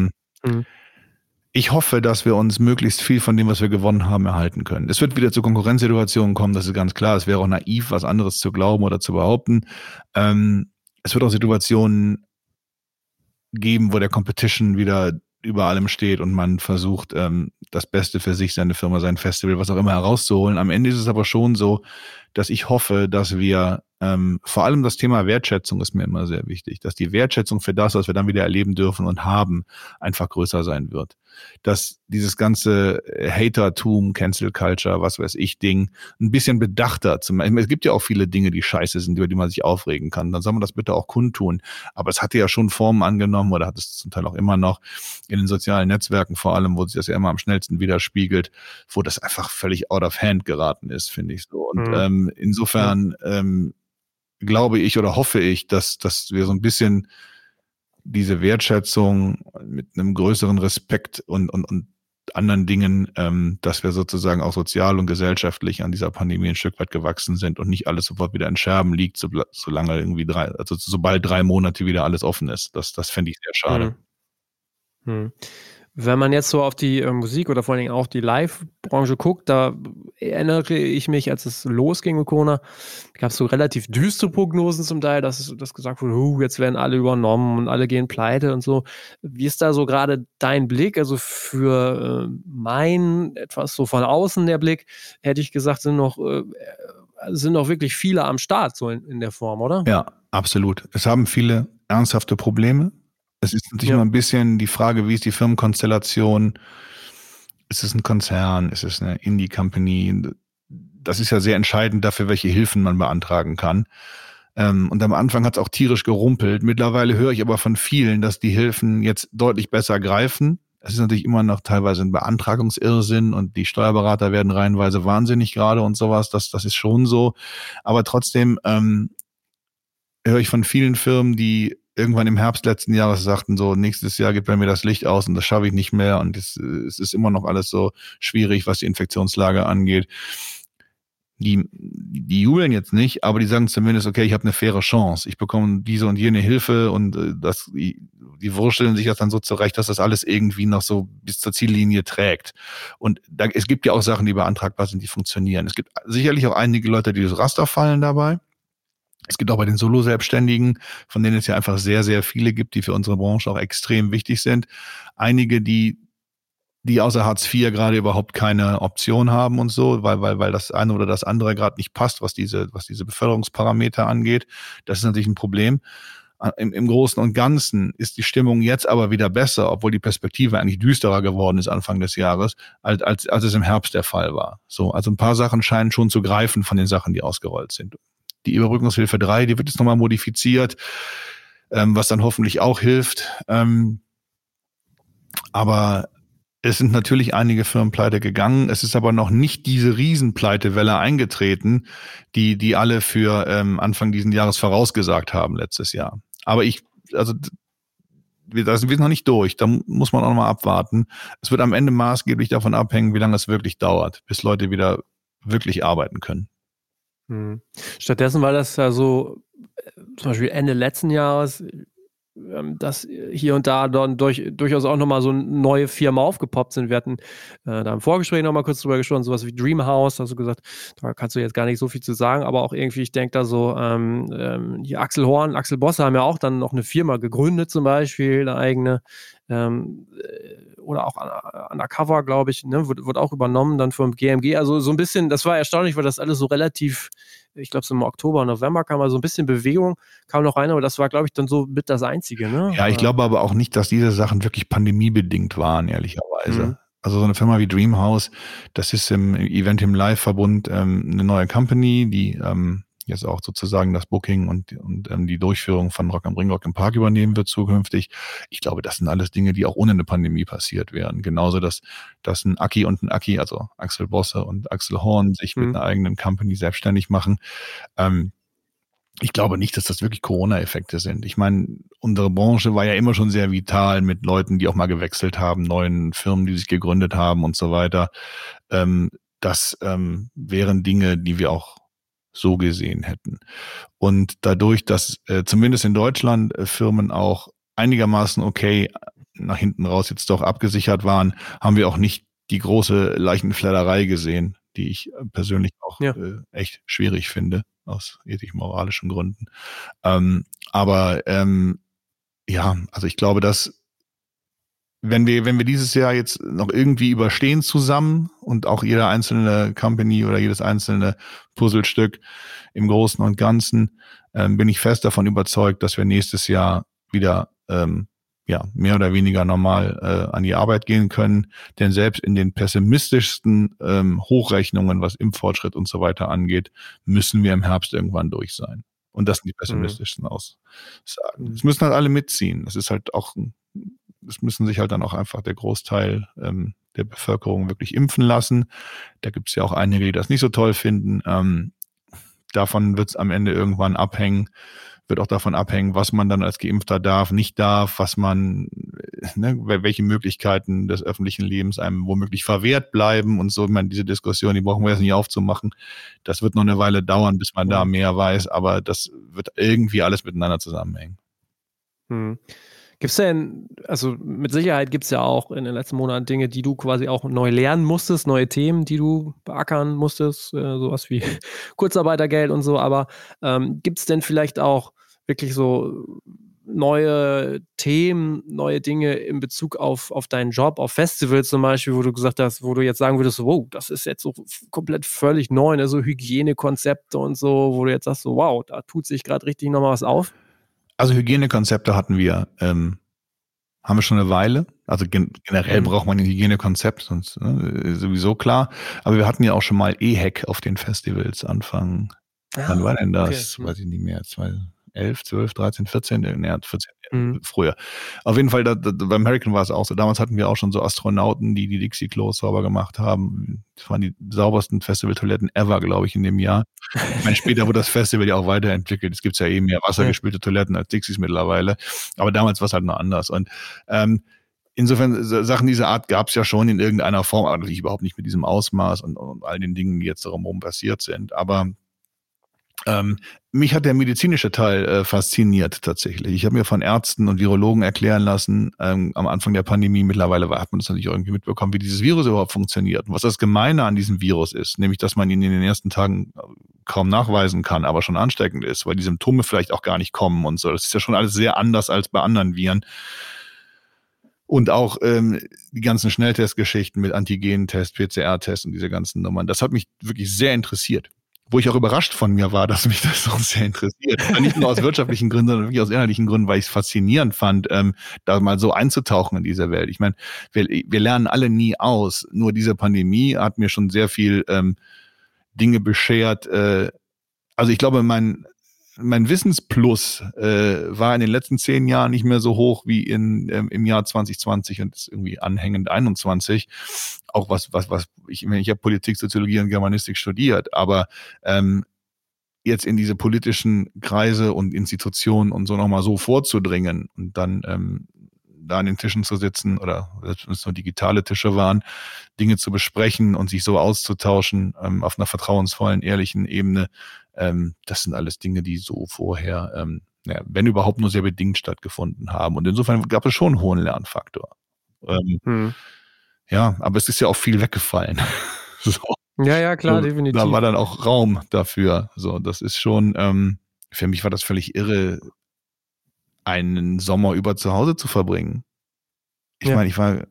Ich hoffe, dass wir uns möglichst viel von dem, was wir gewonnen haben, erhalten können. Es wird wieder zu Konkurrenzsituationen kommen, das ist ganz klar. Es wäre auch naiv, was anderes zu glauben oder zu behaupten. Es wird auch Situationen geben, wo der Competition wieder über allem steht und man versucht, das Beste für sich, seine Firma, sein Festival, was auch immer herauszuholen. Am Ende ist es aber schon so, dass ich hoffe, dass wir, vor allem das Thema Wertschätzung ist mir immer sehr wichtig, dass die Wertschätzung für das, was wir dann wieder erleben dürfen und haben, einfach größer sein wird. Dass dieses ganze Hatertum, Cancel Culture, was weiß ich Ding, ein bisschen bedachter, es gibt ja auch viele Dinge, die scheiße sind, über die man sich aufregen kann, dann soll man das bitte auch kundtun. Aber es hatte ja schon Formen angenommen oder hat es zum Teil auch immer noch in den sozialen Netzwerken vor allem, wo sich das ja immer am schnellsten widerspiegelt, wo das einfach völlig out of hand geraten ist, finde ich so. Und insofern glaube ich oder hoffe ich, dass wir so ein bisschen diese Wertschätzung mit einem größeren Respekt und anderen Dingen, dass wir sozusagen auch sozial und gesellschaftlich an dieser Pandemie ein Stück weit gewachsen sind und nicht alles sofort wieder in Scherben liegt, solange irgendwie sobald 3 Monate wieder alles offen ist. Das fände ich sehr schade. Wenn man jetzt so auf die Musik oder vor allen Dingen auch die Live-Branche guckt, da erinnere ich mich, als es losging mit Corona, gab es so relativ düstere Prognosen zum Teil, dass gesagt wurde, jetzt werden alle übernommen und alle gehen pleite und so. Wie ist da so gerade dein Blick? Also für mein, etwas so von außen der Blick, hätte ich gesagt, sind noch wirklich viele am Start, so in der Form, oder? Ja, absolut. Es haben viele ernsthafte Probleme. Es ist natürlich immer ein bisschen die Frage, wie ist die Firmenkonstellation? Ist es ein Konzern? Ist es eine Indie-Company? Das ist ja sehr entscheidend dafür, welche Hilfen man beantragen kann. Und am Anfang hat es auch tierisch gerumpelt. Mittlerweile höre ich aber von vielen, dass die Hilfen jetzt deutlich besser greifen. Es ist natürlich immer noch teilweise ein Beantragungsirrsinn und die Steuerberater werden reihenweise wahnsinnig gerade und sowas. Das ist schon so. Aber trotzdem höre ich von vielen Firmen, die irgendwann im Herbst letzten Jahres sagten, so nächstes Jahr geht bei mir das Licht aus und das schaffe ich nicht mehr und es ist immer noch alles so schwierig, was die Infektionslage angeht. Die jubeln jetzt nicht, aber die sagen zumindest, okay, ich habe eine faire Chance, ich bekomme diese und jene Hilfe und die wurschteln sich das dann so zurecht, dass das alles irgendwie noch so bis zur Ziellinie trägt. Und es gibt ja auch Sachen, die beantragbar sind, die funktionieren. Es gibt sicherlich auch einige Leute, die das Raster fallen dabei. Es gibt auch bei den Solo-Selbstständigen, von denen es ja einfach sehr, sehr viele gibt, die für unsere Branche auch extrem wichtig sind. Einige, die außer Hartz IV gerade überhaupt keine Option haben und so, weil das eine oder das andere gerade nicht passt, was diese Beförderungsparameter angeht. Das ist natürlich ein Problem. Im Großen und Ganzen ist die Stimmung jetzt aber wieder besser, obwohl die Perspektive eigentlich düsterer geworden ist Anfang des Jahres, als es im Herbst der Fall war. So, also ein paar Sachen scheinen schon zu greifen von den Sachen, die ausgerollt sind. Die Überbrückungshilfe 3, die wird jetzt nochmal modifiziert, was dann hoffentlich auch hilft. Aber es sind natürlich einige Firmen pleite gegangen. Es ist aber noch nicht diese Riesenpleitewelle eingetreten, die alle für Anfang diesen Jahres vorausgesagt haben letztes Jahr. Aber wir sind noch nicht durch. Da muss man auch nochmal abwarten. Es wird am Ende maßgeblich davon abhängen, wie lange es wirklich dauert, bis Leute wieder wirklich arbeiten können. Stattdessen war das ja so, zum Beispiel Ende letzten Jahres, dass hier und da dann durchaus auch nochmal so neue Firmen aufgepoppt sind. Wir hatten da im Vorgespräch nochmal kurz drüber gesprochen, sowas wie Dreamhouse, hast du gesagt, da kannst du jetzt gar nicht so viel zu sagen, aber auch irgendwie, ich denke da so, hier Axel Horn, Axel Bosse haben ja auch dann noch eine Firma gegründet zum Beispiel, eine eigene, oder auch Undercover, glaube ich, ne, wird auch übernommen dann vom GMG. Also so ein bisschen, das war erstaunlich, weil das alles so relativ, ich glaube so im Oktober, November kam mal so ein bisschen Bewegung, kam noch rein, aber das war, glaube ich, dann so mit das Einzige. Ne? Ja, ich glaube aber auch nicht, dass diese Sachen wirklich pandemiebedingt waren, ehrlicherweise. Also so eine Firma wie Dreamhouse, das ist im Event im Live-Verbund eine neue Company, die jetzt auch sozusagen das Booking und die Durchführung von Rock am Ring, Rock im Park übernehmen wird zukünftig. Ich glaube, das sind alles Dinge, die auch ohne eine Pandemie passiert wären. Genauso, dass ein Aki und ein Aki, also Axel Bosse und Axel Horn, sich mit einer eigenen Company selbstständig machen. Ich glaube nicht, dass das wirklich Corona-Effekte sind. Ich meine, unsere Branche war ja immer schon sehr vital mit Leuten, die auch mal gewechselt haben, neuen Firmen, die sich gegründet haben und so weiter. Das wären Dinge, die wir auch so gesehen hätten. Und dadurch, dass zumindest in Deutschland Firmen auch einigermaßen okay nach hinten raus jetzt doch abgesichert waren, haben wir auch nicht die große Leichenfledderei gesehen, die ich persönlich auch echt schwierig finde, aus ethisch-moralischen Gründen. Aber also ich glaube, dass wenn wir dieses Jahr jetzt noch irgendwie überstehen zusammen und auch jede einzelne Company oder jedes einzelne Puzzlestück im Großen und Ganzen, bin ich fest davon überzeugt, dass wir nächstes Jahr wieder mehr oder weniger normal an die Arbeit gehen können. Denn selbst in den pessimistischsten Hochrechnungen, was Impffortschritt und so weiter angeht, müssen wir im Herbst irgendwann durch sein. Und das sind die pessimistischsten Aussagen. Es müssen halt alle mitziehen. Es müssen sich halt dann auch einfach der Großteil der Bevölkerung wirklich impfen lassen. Da gibt es ja auch einige, die das nicht so toll finden. Davon wird es am Ende irgendwann abhängen. Wird auch davon abhängen, was man dann als Geimpfter darf, nicht darf, welche Möglichkeiten des öffentlichen Lebens einem womöglich verwehrt bleiben und so. Ich meine, diese Diskussion, die brauchen wir jetzt nicht aufzumachen. Das wird noch eine Weile dauern, bis man da mehr weiß, aber das wird irgendwie alles miteinander zusammenhängen. Gibt's denn, also mit Sicherheit gibt es ja auch in den letzten Monaten Dinge, die du quasi auch neu lernen musstest, neue Themen, die du beackern musstest, sowas wie Kurzarbeitergeld und so, aber gibt es denn vielleicht auch wirklich so neue Themen, neue Dinge in Bezug auf deinen Job, auf Festivals zum Beispiel, wo du gesagt hast, wo du jetzt sagen würdest, wow, das ist jetzt so komplett völlig neu, ne? So Hygienekonzepte und so, wo du jetzt sagst, so wow, da tut sich gerade richtig nochmal was auf? Also Hygienekonzepte haben wir schon eine Weile. Also generell braucht man ein Hygienekonzept, sonst sowieso klar. Aber wir hatten ja auch schon mal E-Hack auf den Festivals Anfang. Wann war denn das? Weiß ich nicht mehr. 2011, 12, 13, 14, 14 früher. Auf jeden Fall, beim Hurricane war es auch so. Damals hatten wir auch schon so Astronauten, die Dixie-Klos sauber gemacht haben. Das waren die saubersten Festivaltoiletten ever, glaube ich, in dem Jahr. Ich meine, später wurde das Festival ja auch weiterentwickelt. Es gibt ja eben mehr wassergespülte Toiletten als Dixies mittlerweile. Aber damals war es halt noch anders. Und insofern, Sachen dieser Art gab es ja schon in irgendeiner Form, aber natürlich überhaupt nicht mit diesem Ausmaß und all den Dingen, die jetzt drumherum passiert sind. Aber mich hat der medizinische Teil fasziniert tatsächlich. Ich habe mir von Ärzten und Virologen erklären lassen, am Anfang der Pandemie, mittlerweile hat man das natürlich irgendwie mitbekommen, wie dieses Virus überhaupt funktioniert und was das Gemeine an diesem Virus ist, nämlich, dass man ihn in den ersten Tagen kaum nachweisen kann, aber schon ansteckend ist, weil die Symptome vielleicht auch gar nicht kommen und so. Das ist ja schon alles sehr anders als bei anderen Viren. Und auch die ganzen Schnelltestgeschichten mit Antigen-Test, PCR-Test und diese ganzen Nummern, das hat mich wirklich sehr interessiert. Wo ich auch überrascht von mir war, dass mich das so sehr interessiert. Nicht nur aus wirtschaftlichen Gründen, sondern wirklich aus inhaltlichen Gründen, weil ich es faszinierend fand, da mal so einzutauchen in diese Welt. Ich meine, wir lernen alle nie aus. Nur diese Pandemie hat mir schon sehr viel Dinge beschert. Also ich glaube, mein Wissensplus war in den letzten 10 Jahren nicht mehr so hoch wie im Jahr 2020 und ist irgendwie anhängend 21. Auch ich habe Politik, Soziologie und Germanistik studiert, aber jetzt in diese politischen Kreise und Institutionen und so nochmal so vorzudringen und dann da an den Tischen zu sitzen oder selbst wenn es nur digitale Tische waren, Dinge zu besprechen und sich so auszutauschen auf einer vertrauensvollen, ehrlichen Ebene, das sind alles Dinge, die so vorher, wenn überhaupt, nur sehr bedingt stattgefunden haben. Und insofern gab es schon einen hohen Lernfaktor. Ja, aber es ist ja auch viel weggefallen. So. Ja, klar, definitiv. Da war dann auch Raum dafür. So, das ist schon, für mich war das völlig irre, einen Sommer über zu Hause zu verbringen. Ich meine, ich war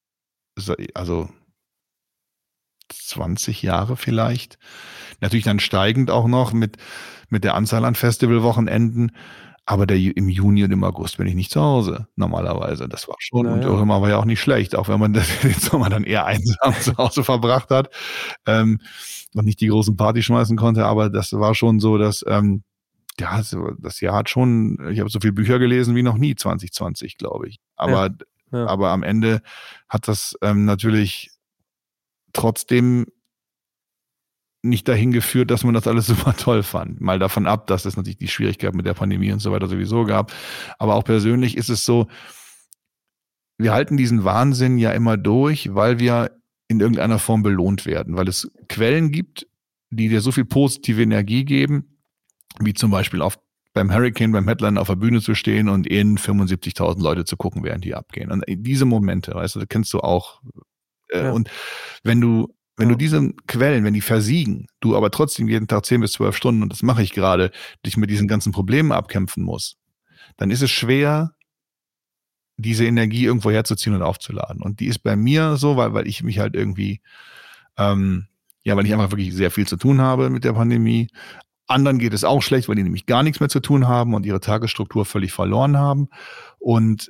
20 Jahre vielleicht. Natürlich dann steigend auch noch mit der Anzahl an Festivalwochenenden. Aber im Juni und im August bin ich nicht zu Hause, normalerweise. Das war schon, und der Sommer war ja auch nicht schlecht, auch wenn man den Sommer dann eher einsam zu Hause verbracht hat und nicht die großen Partys schmeißen konnte. Aber das war schon so, dass das Jahr hat schon, ich habe so viele Bücher gelesen wie noch nie 2020, glaube ich. Aber am Ende hat das natürlich trotzdem nicht dahin geführt, dass man das alles super toll fand. Mal davon ab, dass es natürlich die Schwierigkeit mit der Pandemie und so weiter sowieso gab. Aber auch persönlich ist es so, wir halten diesen Wahnsinn ja immer durch, weil wir in irgendeiner Form belohnt werden, weil es Quellen gibt, die dir so viel positive Energie geben, wie zum Beispiel beim Hurricane, beim Headliner auf der Bühne zu stehen und in 75.000 Leute zu gucken, während die abgehen. Und diese Momente, weißt du, das kennst du auch. Und wenn du diese Quellen, wenn die versiegen, du aber trotzdem jeden Tag 10 bis 12 Stunden, und das mache ich gerade, dich mit diesen ganzen Problemen abkämpfen musst, dann ist es schwer, diese Energie irgendwo herzuziehen und aufzuladen. Und die ist bei mir so, weil ich mich halt irgendwie, weil ich einfach wirklich sehr viel zu tun habe mit der Pandemie. Anderen geht es auch schlecht, weil die nämlich gar nichts mehr zu tun haben und ihre Tagesstruktur völlig verloren haben. Und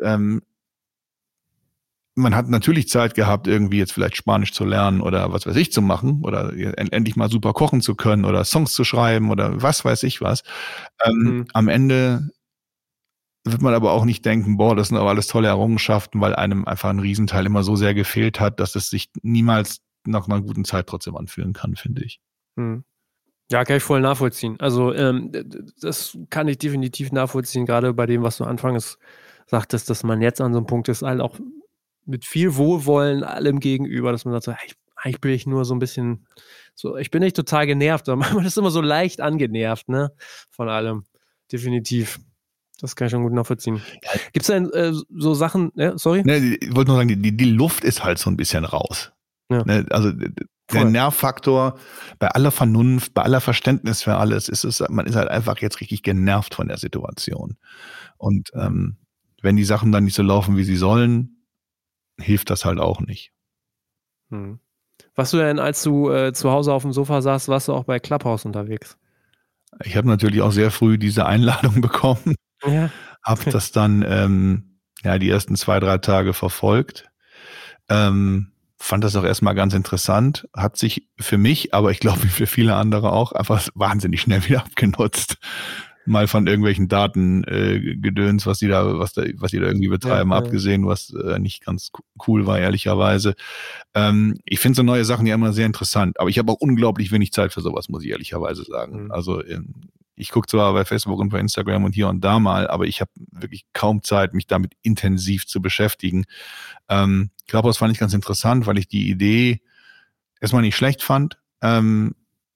man hat natürlich Zeit gehabt, irgendwie jetzt vielleicht Spanisch zu lernen oder was weiß ich zu machen oder endlich mal super kochen zu können oder Songs zu schreiben oder was weiß ich was. Am Ende wird man aber auch nicht denken, boah, das sind aber alles tolle Errungenschaften, weil einem einfach ein Riesenteil immer so sehr gefehlt hat, dass es sich niemals nach einer guten Zeit trotzdem anfühlen kann, finde ich. Ja, kann ich voll nachvollziehen. Also das kann ich definitiv nachvollziehen, gerade bei dem, was du anfangs sagtest, dass man jetzt an so einem Punkt ist, halt auch mit viel Wohlwollen allem gegenüber, dass man sagt, so, eigentlich bin ich nur so ein bisschen, so, ich bin nicht total genervt, aber man ist immer so leicht angenervt, ne, von allem. Definitiv. Das kann ich schon gut nachvollziehen. Gibt es denn so Sachen, sorry? Ne, ich wollte nur sagen, die Luft ist halt so ein bisschen raus. Ja. Ne, also der Nervfaktor, bei aller Vernunft, bei aller Verständnis für alles, man ist halt einfach jetzt richtig genervt von der Situation. Und wenn die Sachen dann nicht so laufen, wie sie sollen, hilft das halt auch nicht. Warst du denn, als du zu Hause auf dem Sofa saßt, warst du auch bei Clubhouse unterwegs? Ich habe natürlich auch sehr früh diese Einladung bekommen. Ja. Habe das dann die ersten 2-3 Tage verfolgt. Fand das auch erstmal ganz interessant. Hat sich für mich, aber ich glaube für viele andere auch, einfach wahnsinnig schnell wieder abgenutzt. Mal von irgendwelchen Datengedöns, was die da irgendwie betreiben, abgesehen, was nicht ganz cool war, ehrlicherweise. Ich finde so neue Sachen ja immer sehr interessant, aber ich habe auch unglaublich wenig Zeit für sowas, muss ich ehrlicherweise sagen. Also ich gucke zwar bei Facebook und bei Instagram und hier und da mal, aber ich habe wirklich kaum Zeit, mich damit intensiv zu beschäftigen. Clubhouse fand ich ganz interessant, weil ich die Idee erstmal nicht schlecht fand. Am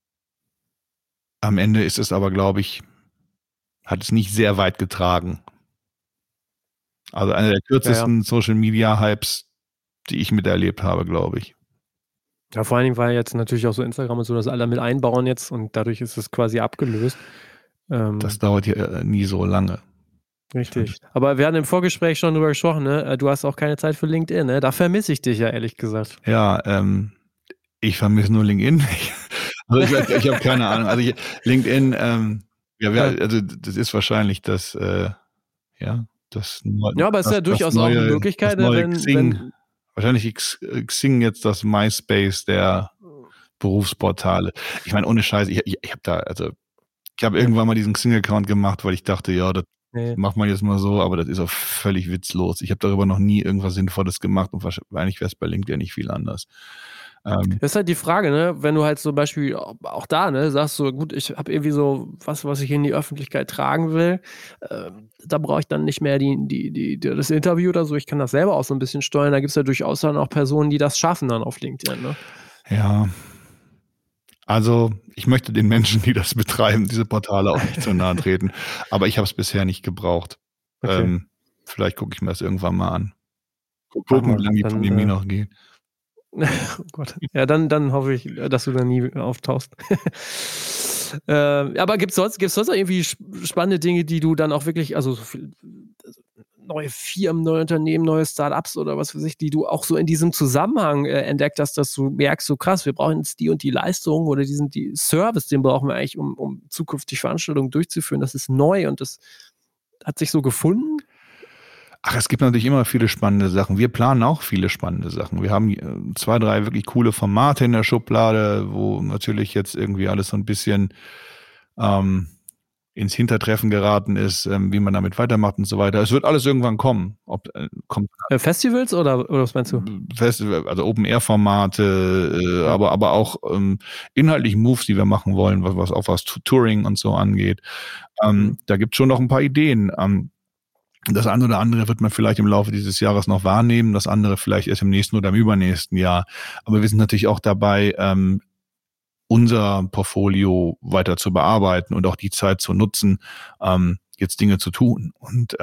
Ende ist es aber, glaube ich, hat es nicht sehr weit getragen. Also einer der kürzesten Social-Media-Hypes, die ich miterlebt habe, glaube ich. Ja, vor allen Dingen, weil jetzt natürlich auch so Instagram und so das alle mit einbauen jetzt und dadurch ist es quasi abgelöst. Das dauert ja nie so lange. Richtig. Aber wir hatten im Vorgespräch schon drüber gesprochen, ne? Du hast auch keine Zeit für LinkedIn, ne? Da vermisse ich dich ja, ehrlich gesagt. Ja, ich vermisse nur LinkedIn. Ich habe keine Ahnung. Also LinkedIn, also das ist wahrscheinlich das aber es ist ja durchaus auch eine Möglichkeit, wenn wahrscheinlich Xing jetzt das MySpace der Berufsportale. Ich meine, ohne Scheiß, ich habe irgendwann mal diesen Xing-Account gemacht, weil ich dachte, das macht man jetzt mal so, aber das ist auch völlig witzlos. Ich habe darüber noch nie irgendwas Sinnvolles gemacht und wahrscheinlich wäre es bei LinkedIn nicht viel anders. Das ist halt die Frage, ne? Wenn du halt zum Beispiel auch da, ne, sagst so, gut, ich habe irgendwie so was ich in die Öffentlichkeit tragen will, da brauche ich dann nicht mehr das Interview oder so, ich kann das selber auch so ein bisschen steuern, da gibt es ja durchaus dann auch Personen, die das schaffen dann auf LinkedIn, ne? Ja, also ich möchte den Menschen, die das betreiben, diese Portale auch nicht zu nahe treten, aber ich habe es bisher nicht gebraucht. Okay. Vielleicht gucke ich mir das irgendwann mal an. Gucken, wie lange die Pandemie noch geht. Oh Gott. Ja, dann hoffe ich, dass du da nie auftauchst. Aber gibt's sonst auch irgendwie spannende Dinge, die du dann auch wirklich, also neue Firmen, neue Unternehmen, neue Startups oder was weiß ich, die du auch so in diesem Zusammenhang entdeckt hast, dass du merkst, so krass, wir brauchen jetzt die und die Leistung oder die Service, den brauchen wir eigentlich, um zukünftig Veranstaltungen durchzuführen. Das ist neu und das hat sich so gefunden. Ach, es gibt natürlich immer viele spannende Sachen. Wir planen auch viele spannende Sachen. Wir haben 2, 3 wirklich coole Formate in der Schublade, wo natürlich jetzt irgendwie alles so ein bisschen ins Hintertreffen geraten ist, wie man damit weitermacht und so weiter. Es wird alles irgendwann kommen. Festivals oder was meinst du? Festival, also Open-Air-Formate, aber auch inhaltlich Moves, die wir machen wollen, was Touring und so angeht. Da gibt es schon noch ein paar Ideen. Das eine oder andere wird man vielleicht im Laufe dieses Jahres noch wahrnehmen, das andere vielleicht erst im nächsten oder im übernächsten Jahr. Aber wir sind natürlich auch dabei, unser Portfolio weiter zu bearbeiten und auch die Zeit zu nutzen, jetzt Dinge zu tun. Und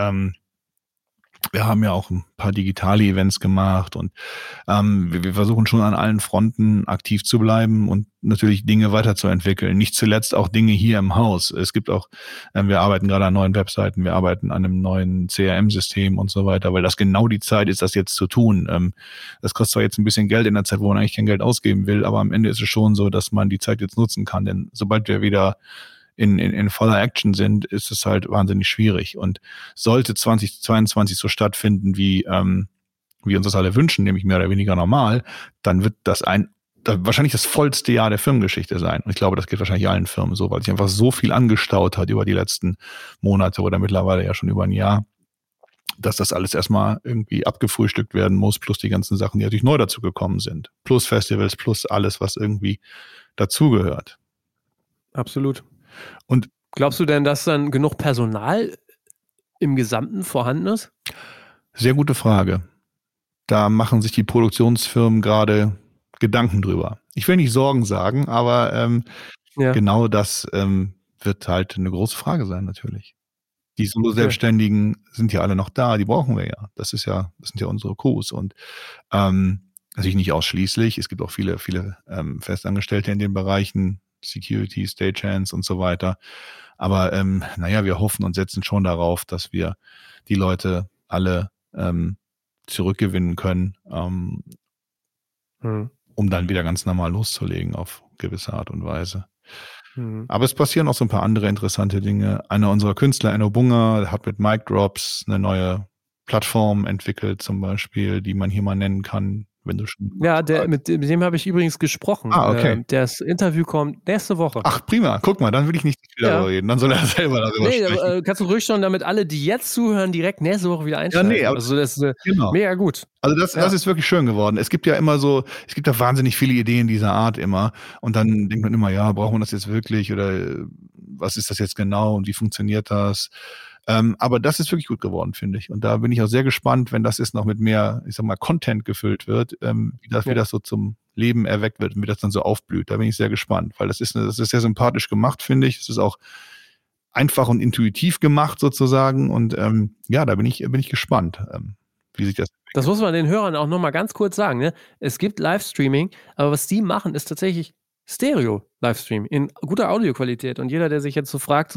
wir haben ja auch ein paar digitale Events gemacht und wir versuchen schon an allen Fronten aktiv zu bleiben und natürlich Dinge weiterzuentwickeln. Nicht zuletzt auch Dinge hier im Haus. Es gibt auch, wir arbeiten gerade an neuen Webseiten, wir arbeiten an einem neuen CRM-System und so weiter, weil das genau die Zeit ist, das jetzt zu tun. Das kostet zwar jetzt ein bisschen Geld in der Zeit, wo man eigentlich kein Geld ausgeben will, aber am Ende ist es schon so, dass man die Zeit jetzt nutzen kann. Denn sobald wir wieder in voller Action sind, ist es halt wahnsinnig schwierig. Und sollte 2022 so stattfinden, wie wir uns das alle wünschen, nämlich mehr oder weniger normal, dann wird das wahrscheinlich das vollste Jahr der Firmengeschichte sein. Und ich glaube, das geht wahrscheinlich allen Firmen so, weil sich einfach so viel angestaut hat über die letzten Monate oder mittlerweile ja schon über ein Jahr, dass das alles erstmal irgendwie abgefrühstückt werden muss, plus die ganzen Sachen, die natürlich neu dazu gekommen sind. Plus Festivals, plus alles, was irgendwie dazugehört. Absolut. Und glaubst du denn, dass dann genug Personal im Gesamten vorhanden ist? Sehr gute Frage. Da machen sich die Produktionsfirmen gerade Gedanken drüber. Ich will nicht Sorgen sagen, aber genau das wird halt eine große Frage sein natürlich. Die Solo-Selbstständigen sind ja alle noch da, die brauchen wir ja. Das sind ja unsere Crews und natürlich nicht ausschließlich. Es gibt auch viele Festangestellte in den Bereichen, Security, Stagehands und so weiter. Aber wir hoffen und setzen schon darauf, dass wir die Leute alle zurückgewinnen können, um dann wieder ganz normal loszulegen auf gewisse Art und Weise. Aber es passieren auch so ein paar andere interessante Dinge. Einer unserer Künstler, Enno Bunger, hat mit Mic Drops eine neue Plattform entwickelt, zum Beispiel, die man hier mal nennen kann, wenn du schon... Ja, mit dem habe ich übrigens gesprochen. Okay. Das Interview kommt nächste Woche. Ach, prima. Guck mal, dann will ich nicht wieder darüber reden. Dann soll er selber darüber sprechen. Kannst du ruhig schon, damit alle, die jetzt zuhören, direkt nächste Woche wieder einsteigen. Ja, also das ist mega gut. Also das ist wirklich schön geworden. Es gibt ja wahnsinnig viele Ideen dieser Art immer. Und dann denkt man immer, ja, brauchen wir das jetzt wirklich? Oder was ist das jetzt genau? Und wie funktioniert das? Aber das ist wirklich gut geworden, finde ich. Und da bin ich auch sehr gespannt, wenn das jetzt noch mit mehr, ich sag mal, Content gefüllt wird, wie das so zum Leben erweckt wird und wie das dann so aufblüht. Da bin ich sehr gespannt, weil das ist sehr sympathisch gemacht, finde ich. Es ist auch einfach und intuitiv gemacht sozusagen. Und da bin ich gespannt, wie sich das entwickelt. Das muss man den Hörern auch nochmal ganz kurz sagen. Ne? Es gibt Livestreaming, aber was die machen, ist tatsächlich Stereo-Livestream in guter Audioqualität. Und jeder, der sich jetzt so fragt,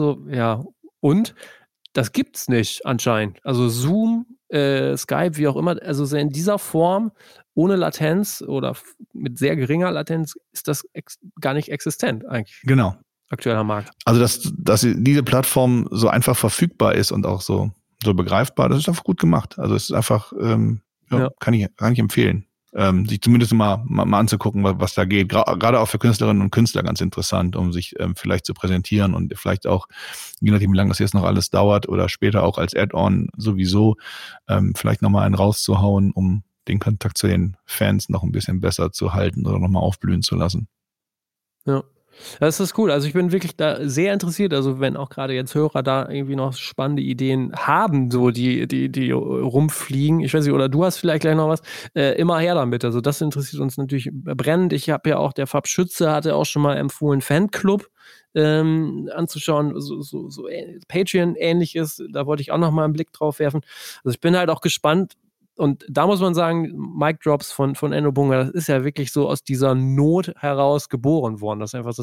das gibt's nicht anscheinend. Also Zoom, Skype, wie auch immer, also in dieser Form, ohne Latenz oder mit sehr geringer Latenz, ist das gar nicht existent eigentlich. Genau. Aktueller Markt. Also dass diese Plattform so einfach verfügbar ist und auch so begreifbar, das ist einfach gut gemacht. Also es ist einfach, kann ich empfehlen. Sich zumindest mal anzugucken, was da geht. Gerade auch für Künstlerinnen und Künstler ganz interessant, um sich vielleicht zu präsentieren und vielleicht auch, je nachdem wie lange das jetzt noch alles dauert oder später auch als Add-on sowieso, vielleicht nochmal einen rauszuhauen, um den Kontakt zu den Fans noch ein bisschen besser zu halten oder nochmal aufblühen zu lassen. Ja. Das ist cool. Also ich bin wirklich da sehr interessiert. Also wenn auch gerade jetzt Hörer da irgendwie noch spannende Ideen haben, so die rumfliegen. Ich weiß nicht, oder du hast vielleicht gleich noch was. Immer her damit. Also das interessiert uns natürlich brennend. Ich habe ja auch, der Fab Schütze hatte auch schon mal empfohlen, Fanclub anzuschauen, so Patreon ähnlich ist. Da wollte ich auch noch mal einen Blick drauf werfen. Also ich bin halt auch gespannt. Und da muss man sagen, Mic Drops von Enno Bunger, das ist ja wirklich so aus dieser Not heraus geboren worden. Das ist einfach so,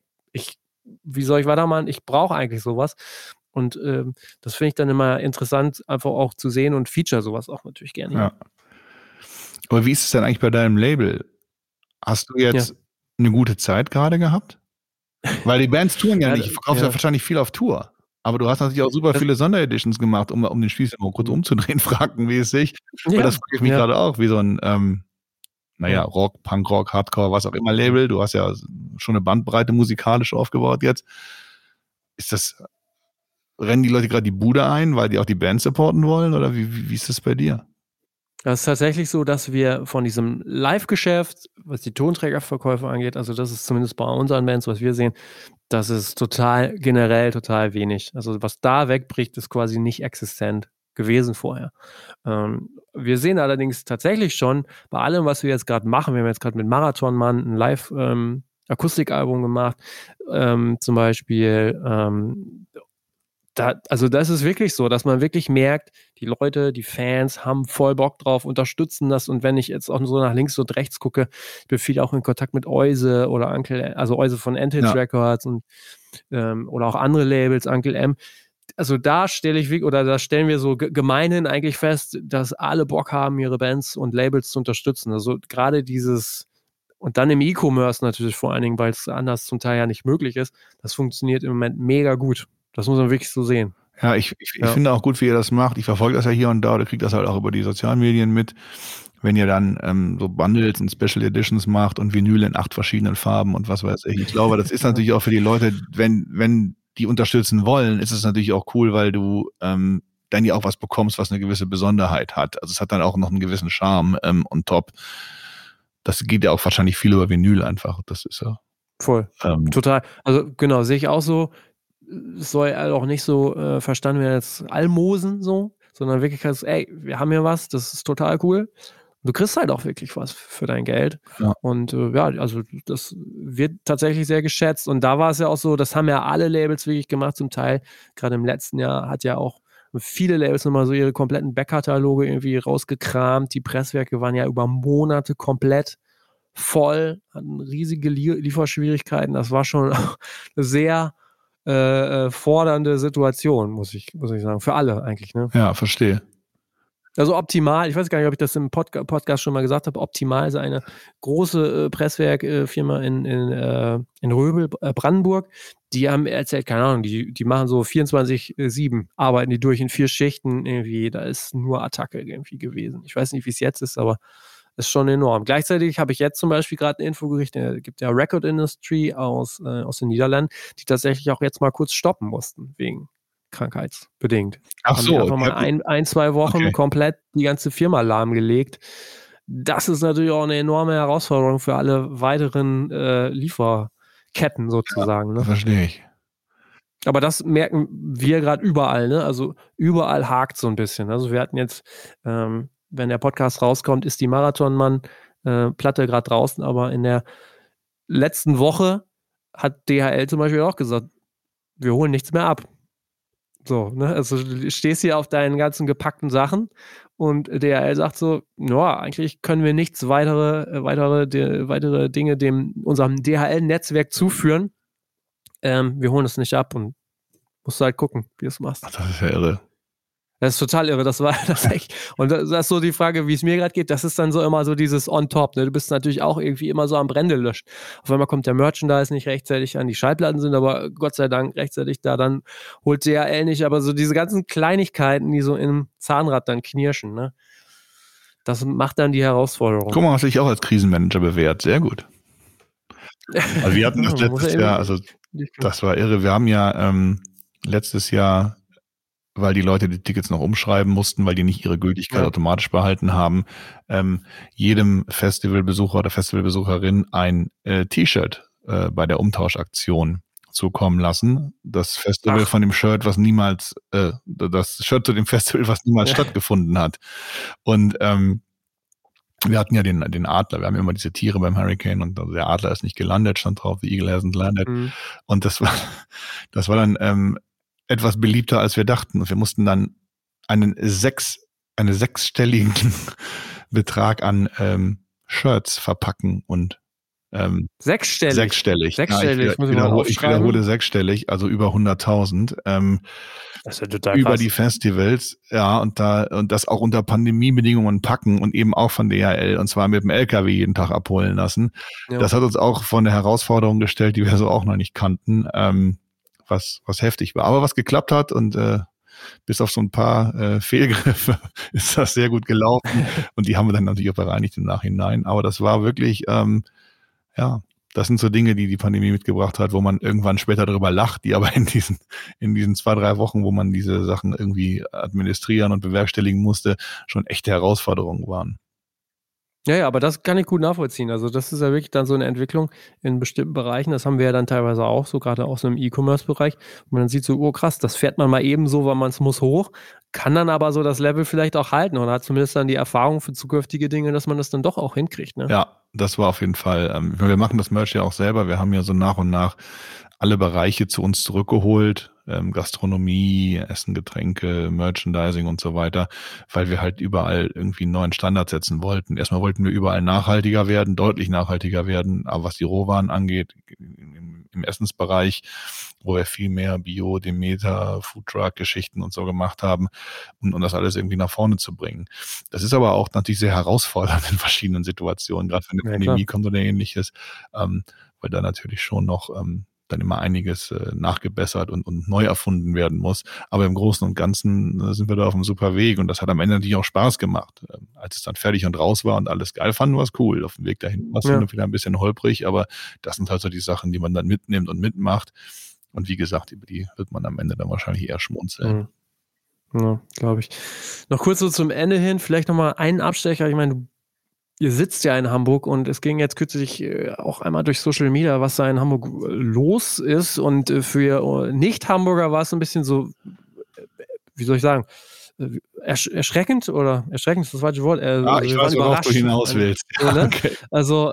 wie soll ich weitermachen? Ich brauche eigentlich sowas. Und das finde ich dann immer interessant, einfach auch zu sehen und feature sowas auch natürlich gerne. Ja. Aber wie ist es denn eigentlich bei deinem Label? Hast du jetzt eine gute Zeit gerade gehabt? Weil die Bands touren ja nicht. Du verkaufst ja wahrscheinlich viel auf Tour. Aber du hast natürlich auch super viele Sondereditions gemacht, um den Spieß immer kurz umzudrehen, fragenmäßig. Ja, das frage ich mich gerade auch, wie so ein, Rock, Punkrock, Hardcore, was auch immer Label. Du hast ja schon eine Bandbreite musikalisch aufgebaut jetzt. Rennen die Leute gerade die Bude ein, weil die auch die Band supporten wollen? Oder wie ist das bei dir? Das ist tatsächlich so, dass wir von diesem Live-Geschäft, was die Tonträgerverkäufe angeht, also das ist zumindest bei unseren Bands, was wir sehen, das ist generell total wenig. Also was da wegbricht, ist quasi nicht existent gewesen vorher. Wir sehen allerdings tatsächlich schon, bei allem, was wir jetzt gerade machen, wir haben jetzt gerade mit Marathonmann ein Akustikalbum gemacht, zum Beispiel. Also das ist wirklich so, dass man wirklich merkt, die Leute, die Fans haben voll Bock drauf, unterstützen das. Und wenn ich jetzt auch so nach links und rechts gucke, ich bin viel auch in Kontakt mit Euse oder also Euse von Antage Records und oder auch andere Labels, Uncle M. Also da stellen wir so gemeinhin eigentlich fest, dass alle Bock haben, ihre Bands und Labels zu unterstützen. Also gerade dieses, und dann im E-Commerce natürlich vor allen Dingen, weil es anders zum Teil ja nicht möglich ist, das funktioniert im Moment mega gut. Das muss man wirklich so sehen. Ja, ich finde auch gut, wie ihr das macht. Ich verfolge das ja hier und da oder kriege das halt auch über die sozialen Medien mit. Wenn ihr dann so Bundles und Special Editions macht und Vinyl in 8 verschiedenen Farben und was weiß ich. Ich glaube, das ist natürlich auch für die Leute, wenn die unterstützen wollen, ist es natürlich auch cool, weil du dann ja auch was bekommst, was eine gewisse Besonderheit hat. Also es hat dann auch noch einen gewissen Charme on top. Das geht ja auch wahrscheinlich viel über Vinyl einfach. Das ist ja voll. Total. Also genau, sehe ich auch so. Es soll auch nicht so verstanden werden als Almosen so, sondern wirklich als, ey, wir haben hier was, das ist total cool. Du kriegst halt auch wirklich was für dein Geld. Ja. Und also das wird tatsächlich sehr geschätzt. Und da war es ja auch so, das haben ja alle Labels wirklich gemacht zum Teil. Gerade im letzten Jahr hat ja auch viele Labels nochmal so ihre kompletten Backkataloge irgendwie rausgekramt. Die Presswerke waren ja über Monate komplett voll, hatten riesige Lieferschwierigkeiten. Das war schon eine sehr fordernde Situation, muss ich sagen. Für alle eigentlich, ne? Ja, verstehe. Also Optimal, ich weiß gar nicht, ob ich das im Podcast schon mal gesagt habe, Optimal ist eine große Presswerkfirma in Röbel, Brandenburg. Die haben erzählt, keine Ahnung, die machen so 24/7, arbeiten die durch in 4 Schichten irgendwie. Da ist nur Attacke irgendwie gewesen. Ich weiß nicht, wie es jetzt ist, aber ist schon enorm. Gleichzeitig habe ich jetzt zum Beispiel gerade eine Info gekriegt, es gibt ja Record Industry aus den Niederlanden, die tatsächlich auch jetzt mal kurz stoppen mussten, wegen krankheitsbedingt. Ach so. Haben einfach mal 2 Wochen komplett die ganze Firma lahmgelegt. Das ist natürlich auch eine enorme Herausforderung für alle weiteren Lieferketten sozusagen. Ja, ne? Verstehe ich. Aber das merken wir gerade überall, ne? Also überall hakt so ein bisschen. Also wir hatten jetzt wenn der Podcast rauskommt, ist die Marathonmann-Platte gerade draußen, aber in der letzten Woche hat DHL zum Beispiel auch gesagt, wir holen nichts mehr ab. So, ne? Also du stehst hier auf deinen ganzen gepackten Sachen und DHL sagt so, ja, eigentlich können wir nichts weitere Dinge unserem DHL-Netzwerk zuführen. Wir holen es nicht ab und musst halt gucken, wie du es machst. Ach, das ist ja irre. Das ist total irre, das war das echt. Und das ist so die Frage, wie es mir gerade geht, das ist dann so immer so dieses on top, ne? Du bist natürlich auch irgendwie immer so am Brände löscht. Auf einmal kommt der Merchandise nicht rechtzeitig an, die Schallplatten sind aber Gott sei Dank rechtzeitig da, dann holt DHL nicht, aber so diese ganzen Kleinigkeiten, die so im Zahnrad dann knirschen, ne? Das macht dann die Herausforderung. Guck mal, hast dich auch als Krisenmanager bewährt, sehr gut. Also wir hatten das letztes Jahr, also das war irre, wir haben ja letztes Jahr, weil die Leute die Tickets noch umschreiben mussten, weil die nicht ihre Gültigkeit automatisch behalten haben, jedem Festivalbesucher oder Festivalbesucherin ein T-Shirt bei der Umtauschaktion zukommen lassen. Das Festival von dem Shirt, was niemals, das Shirt zu dem Festival, was niemals stattgefunden hat. Und wir hatten ja den Adler, wir haben immer diese Tiere beim Hurricane und der Adler ist nicht gelandet, stand drauf, the eagle hasn't landed. Und das war dann etwas beliebter, als wir dachten. Und wir mussten dann einen sechsstelligen Betrag an Shirts verpacken und Sechsstellig? Sechsstellig. Sechsstellig, Ich wiederhole sechsstellig, also über 100.000. Das ist ja total über krass. Die Festivals, ja, und das auch unter Pandemiebedingungen packen und eben auch von DHL und zwar mit dem LKW jeden Tag abholen lassen. Ja. Das hat uns auch vor eine Herausforderung gestellt, die wir so auch noch nicht kannten, was heftig war. Aber was geklappt hat und bis auf so ein paar Fehlgriffe ist das sehr gut gelaufen und die haben wir dann natürlich auch bereinigt im Nachhinein. Aber das war wirklich, das sind so Dinge, die Pandemie mitgebracht hat, wo man irgendwann später darüber lacht, die aber in diesen 2-3 Wochen, wo man diese Sachen irgendwie administrieren und bewerkstelligen musste, schon echte Herausforderungen waren. Ja, aber das kann ich gut nachvollziehen. Also das ist ja wirklich dann so eine Entwicklung in bestimmten Bereichen. Das haben wir ja dann teilweise auch, so gerade auch so im E-Commerce-Bereich. Und man dann sieht so, oh krass, das fährt man mal eben so, weil man es muss hoch, kann dann aber so das Level vielleicht auch halten und hat zumindest dann die Erfahrung für zukünftige Dinge, dass man das dann doch auch hinkriegt. Ne? Ja, das war auf jeden Fall, wir machen das Merch ja auch selber. Wir haben ja so nach und nach alle Bereiche zu uns zurückgeholt. Gastronomie, Essen, Getränke, Merchandising und so weiter, weil wir halt überall irgendwie einen neuen Standard setzen wollten. Erstmal wollten wir überall nachhaltiger werden, deutlich nachhaltiger werden, aber was die Rohwaren angeht, im Essensbereich, wo wir viel mehr Bio, Demeter, Foodtruck-Geschichten und so gemacht haben, um das alles irgendwie nach vorne zu bringen. Das ist aber auch natürlich sehr herausfordernd in verschiedenen Situationen, gerade wenn eine Pandemie kommt oder ähnliches, weil da natürlich schon noch dann immer einiges nachgebessert und neu erfunden werden muss. Aber im Großen und Ganzen sind wir da auf einem super Weg und das hat am Ende natürlich auch Spaß gemacht. Als es dann fertig und raus war und alles geil fanden, war es cool. Auf dem Weg dahin war es dann wieder ein bisschen holprig, aber das sind halt so die Sachen, die man dann mitnimmt und mitmacht. Und wie gesagt, über die wird man am Ende dann wahrscheinlich eher schmunzeln. Ja, glaube ich. Noch kurz so zum Ende hin, vielleicht nochmal einen Abstecher. Ich meine, ihr sitzt ja in Hamburg und es ging jetzt kürzlich auch einmal durch Social Media, was da in Hamburg los ist. Und für Nicht-Hamburger war es ein bisschen so, wie soll ich sagen, erschreckend oder erschreckend ist das falsche Wort. Ich weiß, worauf du hinaus willst. Okay. Also,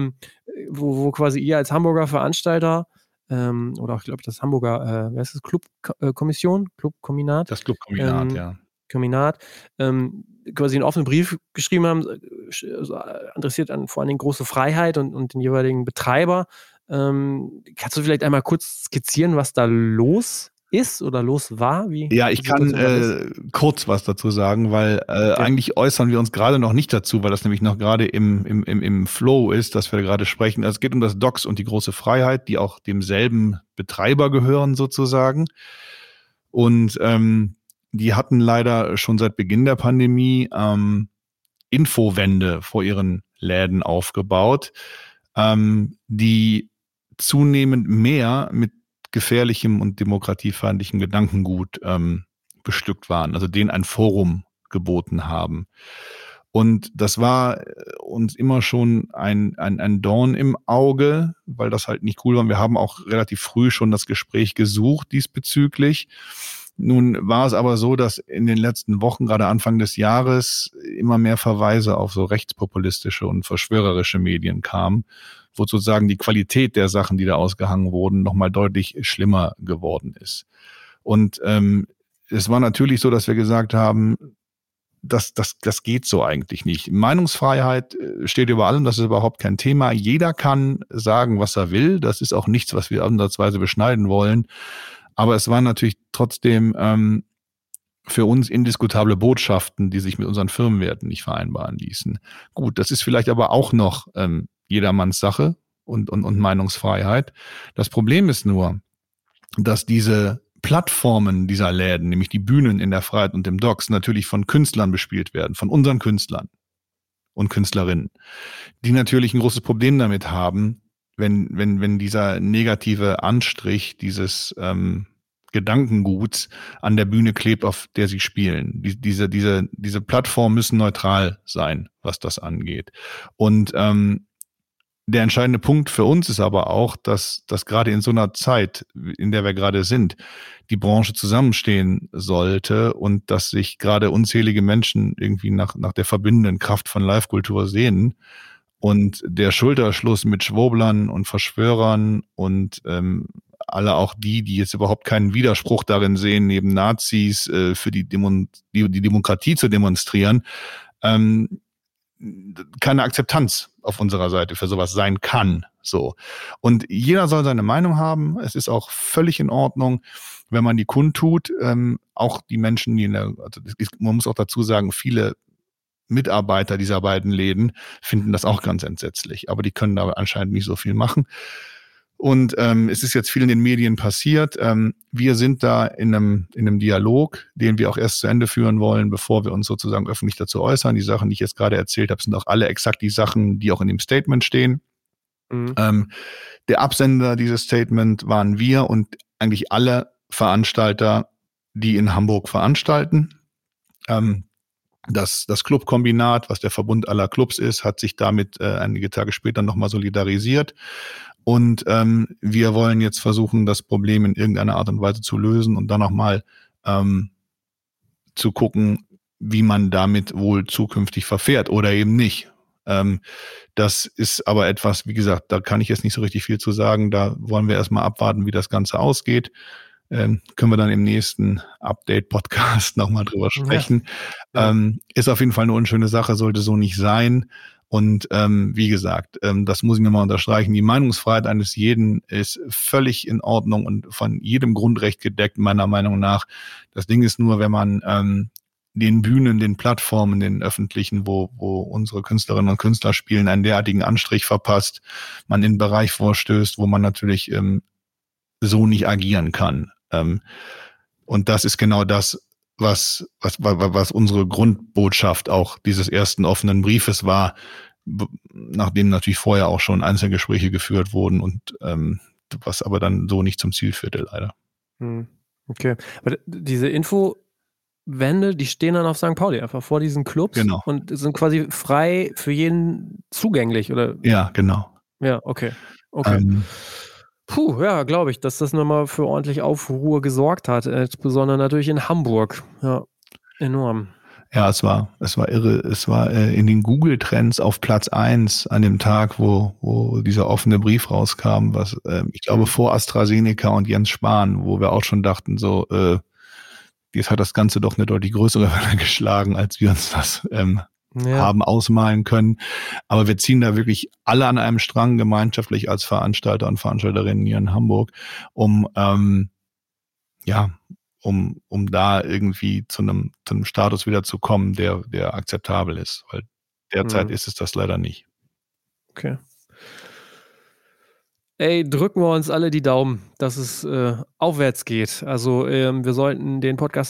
wo quasi ihr als Hamburger Veranstalter oder auch, glaube ich, das Hamburger, wer ist das? Clubkombinat? Das Clubkombinat, Kombinat, quasi einen offenen Brief geschrieben haben, interessiert an vor allen Dingen große Freiheit und den jeweiligen Betreiber. Kannst du vielleicht einmal kurz skizzieren, was da los ist oder los war? Ich kann kurz was dazu sagen, weil eigentlich äußern wir uns gerade noch nicht dazu, weil das nämlich noch gerade im Flow ist, dass wir gerade sprechen. Also es geht um das Docs und die große Freiheit, die auch demselben Betreiber gehören sozusagen. Und die hatten leider schon seit Beginn der Pandemie Infowände vor ihren Läden aufgebaut, die zunehmend mehr mit gefährlichem und demokratiefeindlichem Gedankengut bestückt waren, also denen ein Forum geboten haben. Und das war uns immer schon ein Dorn im Auge, weil das halt nicht cool war. Wir haben auch relativ früh schon das Gespräch gesucht diesbezüglich. Nun war es aber so, dass in den letzten Wochen, gerade Anfang des Jahres, immer mehr Verweise auf so rechtspopulistische und verschwörerische Medien kamen, wo sozusagen die Qualität der Sachen, die da ausgehangen wurden, nochmal deutlich schlimmer geworden ist. Und es war natürlich so, dass wir gesagt haben, das geht so eigentlich nicht. Meinungsfreiheit steht über allem, das ist überhaupt kein Thema. Jeder kann sagen, was er will. Das ist auch nichts, was wir ansatzweise beschneiden wollen. Aber es waren natürlich trotzdem für uns indiskutable Botschaften, die sich mit unseren Firmenwerten nicht vereinbaren ließen. Gut, das ist vielleicht aber auch noch jedermanns Sache und Meinungsfreiheit. Das Problem ist nur, dass diese Plattformen dieser Läden, nämlich die Bühnen in der Freiheit und im Docs, natürlich von Künstlern bespielt werden, von unseren Künstlern und Künstlerinnen, die natürlich ein großes Problem damit haben, wenn dieser negative Anstrich dieses Gedankenguts an der Bühne klebt, auf der sie spielen. Diese Plattformen müssen neutral sein, was das angeht. Und der entscheidende Punkt für uns ist aber auch, dass gerade in so einer Zeit, in der wir gerade sind, die Branche zusammenstehen sollte und dass sich gerade unzählige Menschen irgendwie nach der verbindenden Kraft von Live-Kultur sehnen. Und der Schulterschluss mit Schwoblern und Verschwörern und alle auch die jetzt überhaupt keinen Widerspruch darin sehen, neben Nazis für die Demokratie zu demonstrieren, keine Akzeptanz auf unserer Seite für sowas sein kann. So. Und jeder soll seine Meinung haben. Es ist auch völlig in Ordnung, wenn man die kundtut. Auch die Menschen, man muss auch dazu sagen, viele Mitarbeiter dieser beiden Läden finden das auch ganz entsetzlich. Aber die können da anscheinend nicht so viel machen. Und es ist jetzt viel in den Medien passiert. Wir sind da in einem Dialog, den wir auch erst zu Ende führen wollen, bevor wir uns sozusagen öffentlich dazu äußern. Die Sachen, die ich jetzt gerade erzählt habe, sind auch alle exakt die Sachen, die auch in dem Statement stehen. Mhm. Der Absender dieses Statement waren wir und eigentlich alle Veranstalter, die in Hamburg veranstalten. Das Clubkombinat, was der Verbund aller Clubs ist, hat sich damit einige Tage später nochmal solidarisiert. Und wir wollen jetzt versuchen, das Problem in irgendeiner Art und Weise zu lösen und dann nochmal zu gucken, wie man damit wohl zukünftig verfährt oder eben nicht. Das ist aber etwas, wie gesagt, da kann ich jetzt nicht so richtig viel zu sagen. Da wollen wir erstmal abwarten, wie das Ganze ausgeht. Können wir dann im nächsten Update-Podcast nochmal drüber sprechen. Ja. Ist auf jeden Fall eine unschöne Sache, sollte so nicht sein. Und wie gesagt, das muss ich nochmal unterstreichen, die Meinungsfreiheit eines jeden ist völlig in Ordnung und von jedem Grundrecht gedeckt, meiner Meinung nach. Das Ding ist nur, wenn man den Bühnen, den Plattformen, den öffentlichen, wo unsere Künstlerinnen und Künstler spielen, einen derartigen Anstrich verpasst, man in einen Bereich vorstößt, wo man natürlich so nicht agieren kann. Und das ist genau das, was unsere Grundbotschaft auch dieses ersten offenen Briefes war, nachdem natürlich vorher auch schon Einzelgespräche geführt wurden und was aber dann so nicht zum Ziel führte, leider. Okay, aber diese Infowände, die stehen dann auf St. Pauli einfach vor diesen Clubs und sind quasi frei für jeden zugänglich, oder? Ja, genau. Ja, okay. Ja, glaube ich, dass das nochmal für ordentlich Aufruhr gesorgt hat, insbesondere natürlich in Hamburg. Ja, enorm. Ja, es war irre. Es war in den Google-Trends auf Platz 1 an dem Tag, wo dieser offene Brief rauskam, was ich glaube vor AstraZeneca und Jens Spahn, wo wir auch schon dachten, so jetzt hat das Ganze doch eine deutlich größere Welle geschlagen, als wir uns das haben ausmalen können. Aber wir ziehen da wirklich alle an einem Strang gemeinschaftlich als Veranstalter und Veranstalterinnen hier in Hamburg, um da irgendwie zu einem Status wieder zu kommen, der akzeptabel ist. Weil derzeit ist es das leider nicht. Okay. Ey, drücken wir uns alle die Daumen, dass es aufwärts geht. Also wir sollten den Podcast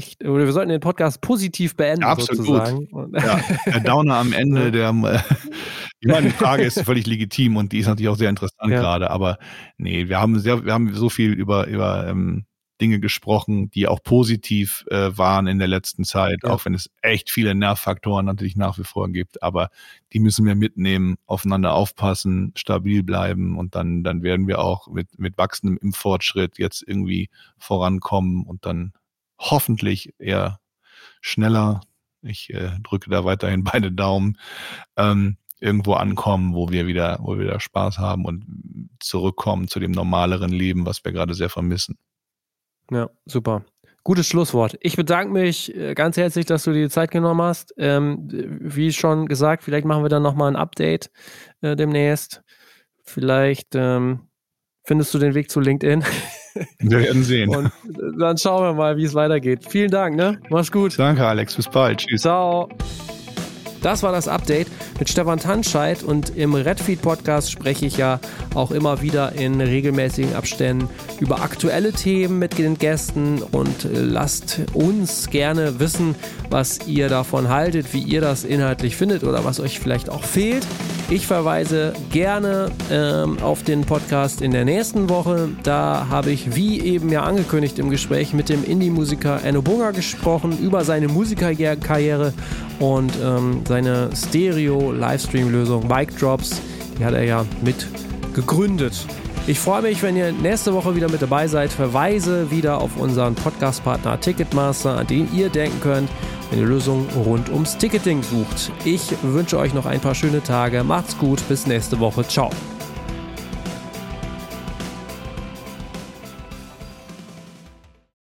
positiv beenden, absolut. Sozusagen. Ja, der Downer am Ende, ich meine, die Frage ist völlig legitim und die ist natürlich auch sehr interessant gerade, aber nee, wir haben so viel über Dinge gesprochen, die auch positiv waren in der letzten Zeit, auch wenn es echt viele Nervfaktoren natürlich nach wie vor gibt, aber die müssen wir mitnehmen, aufeinander aufpassen, stabil bleiben und dann werden wir auch mit wachsendem Impffortschritt jetzt irgendwie vorankommen und dann hoffentlich eher schneller, ich drücke da weiterhin beide Daumen, irgendwo ankommen, wo wir wieder Spaß haben und zurückkommen zu dem normaleren Leben, was wir gerade sehr vermissen. Ja, super. Gutes Schlusswort. Ich bedanke mich ganz herzlich, dass du dir die Zeit genommen hast. Wie schon gesagt, vielleicht machen wir dann nochmal ein Update demnächst. Vielleicht findest du den Weg zu LinkedIn. Wir werden sehen. Und dann schauen wir mal, wie es weitergeht. Vielen Dank, ne? Mach's gut. Danke, Alex. Bis bald. Tschüss. Ciao. Das war das Update mit Stefan Tanscheid und im Redfeed-Podcast spreche ich ja auch immer wieder in regelmäßigen Abständen über aktuelle Themen mit den Gästen und lasst uns gerne wissen, was ihr davon haltet, wie ihr das inhaltlich findet oder was euch vielleicht auch fehlt. Ich verweise gerne auf den Podcast in der nächsten Woche. Da habe ich, wie eben ja angekündigt im Gespräch, mit dem Indie-Musiker Enno Bunga gesprochen über seine Musikerkarriere und seine Stereo-Livestream-Lösung Mic Drops. Die hat er ja mit gegründet. Ich freue mich, wenn ihr nächste Woche wieder mit dabei seid. Verweise wieder auf unseren Podcast-Partner Ticketmaster, an den ihr denken könnt, wenn ihr Lösungen rund ums Ticketing sucht. Ich wünsche euch noch ein paar schöne Tage. Macht's gut, bis nächste Woche. Ciao.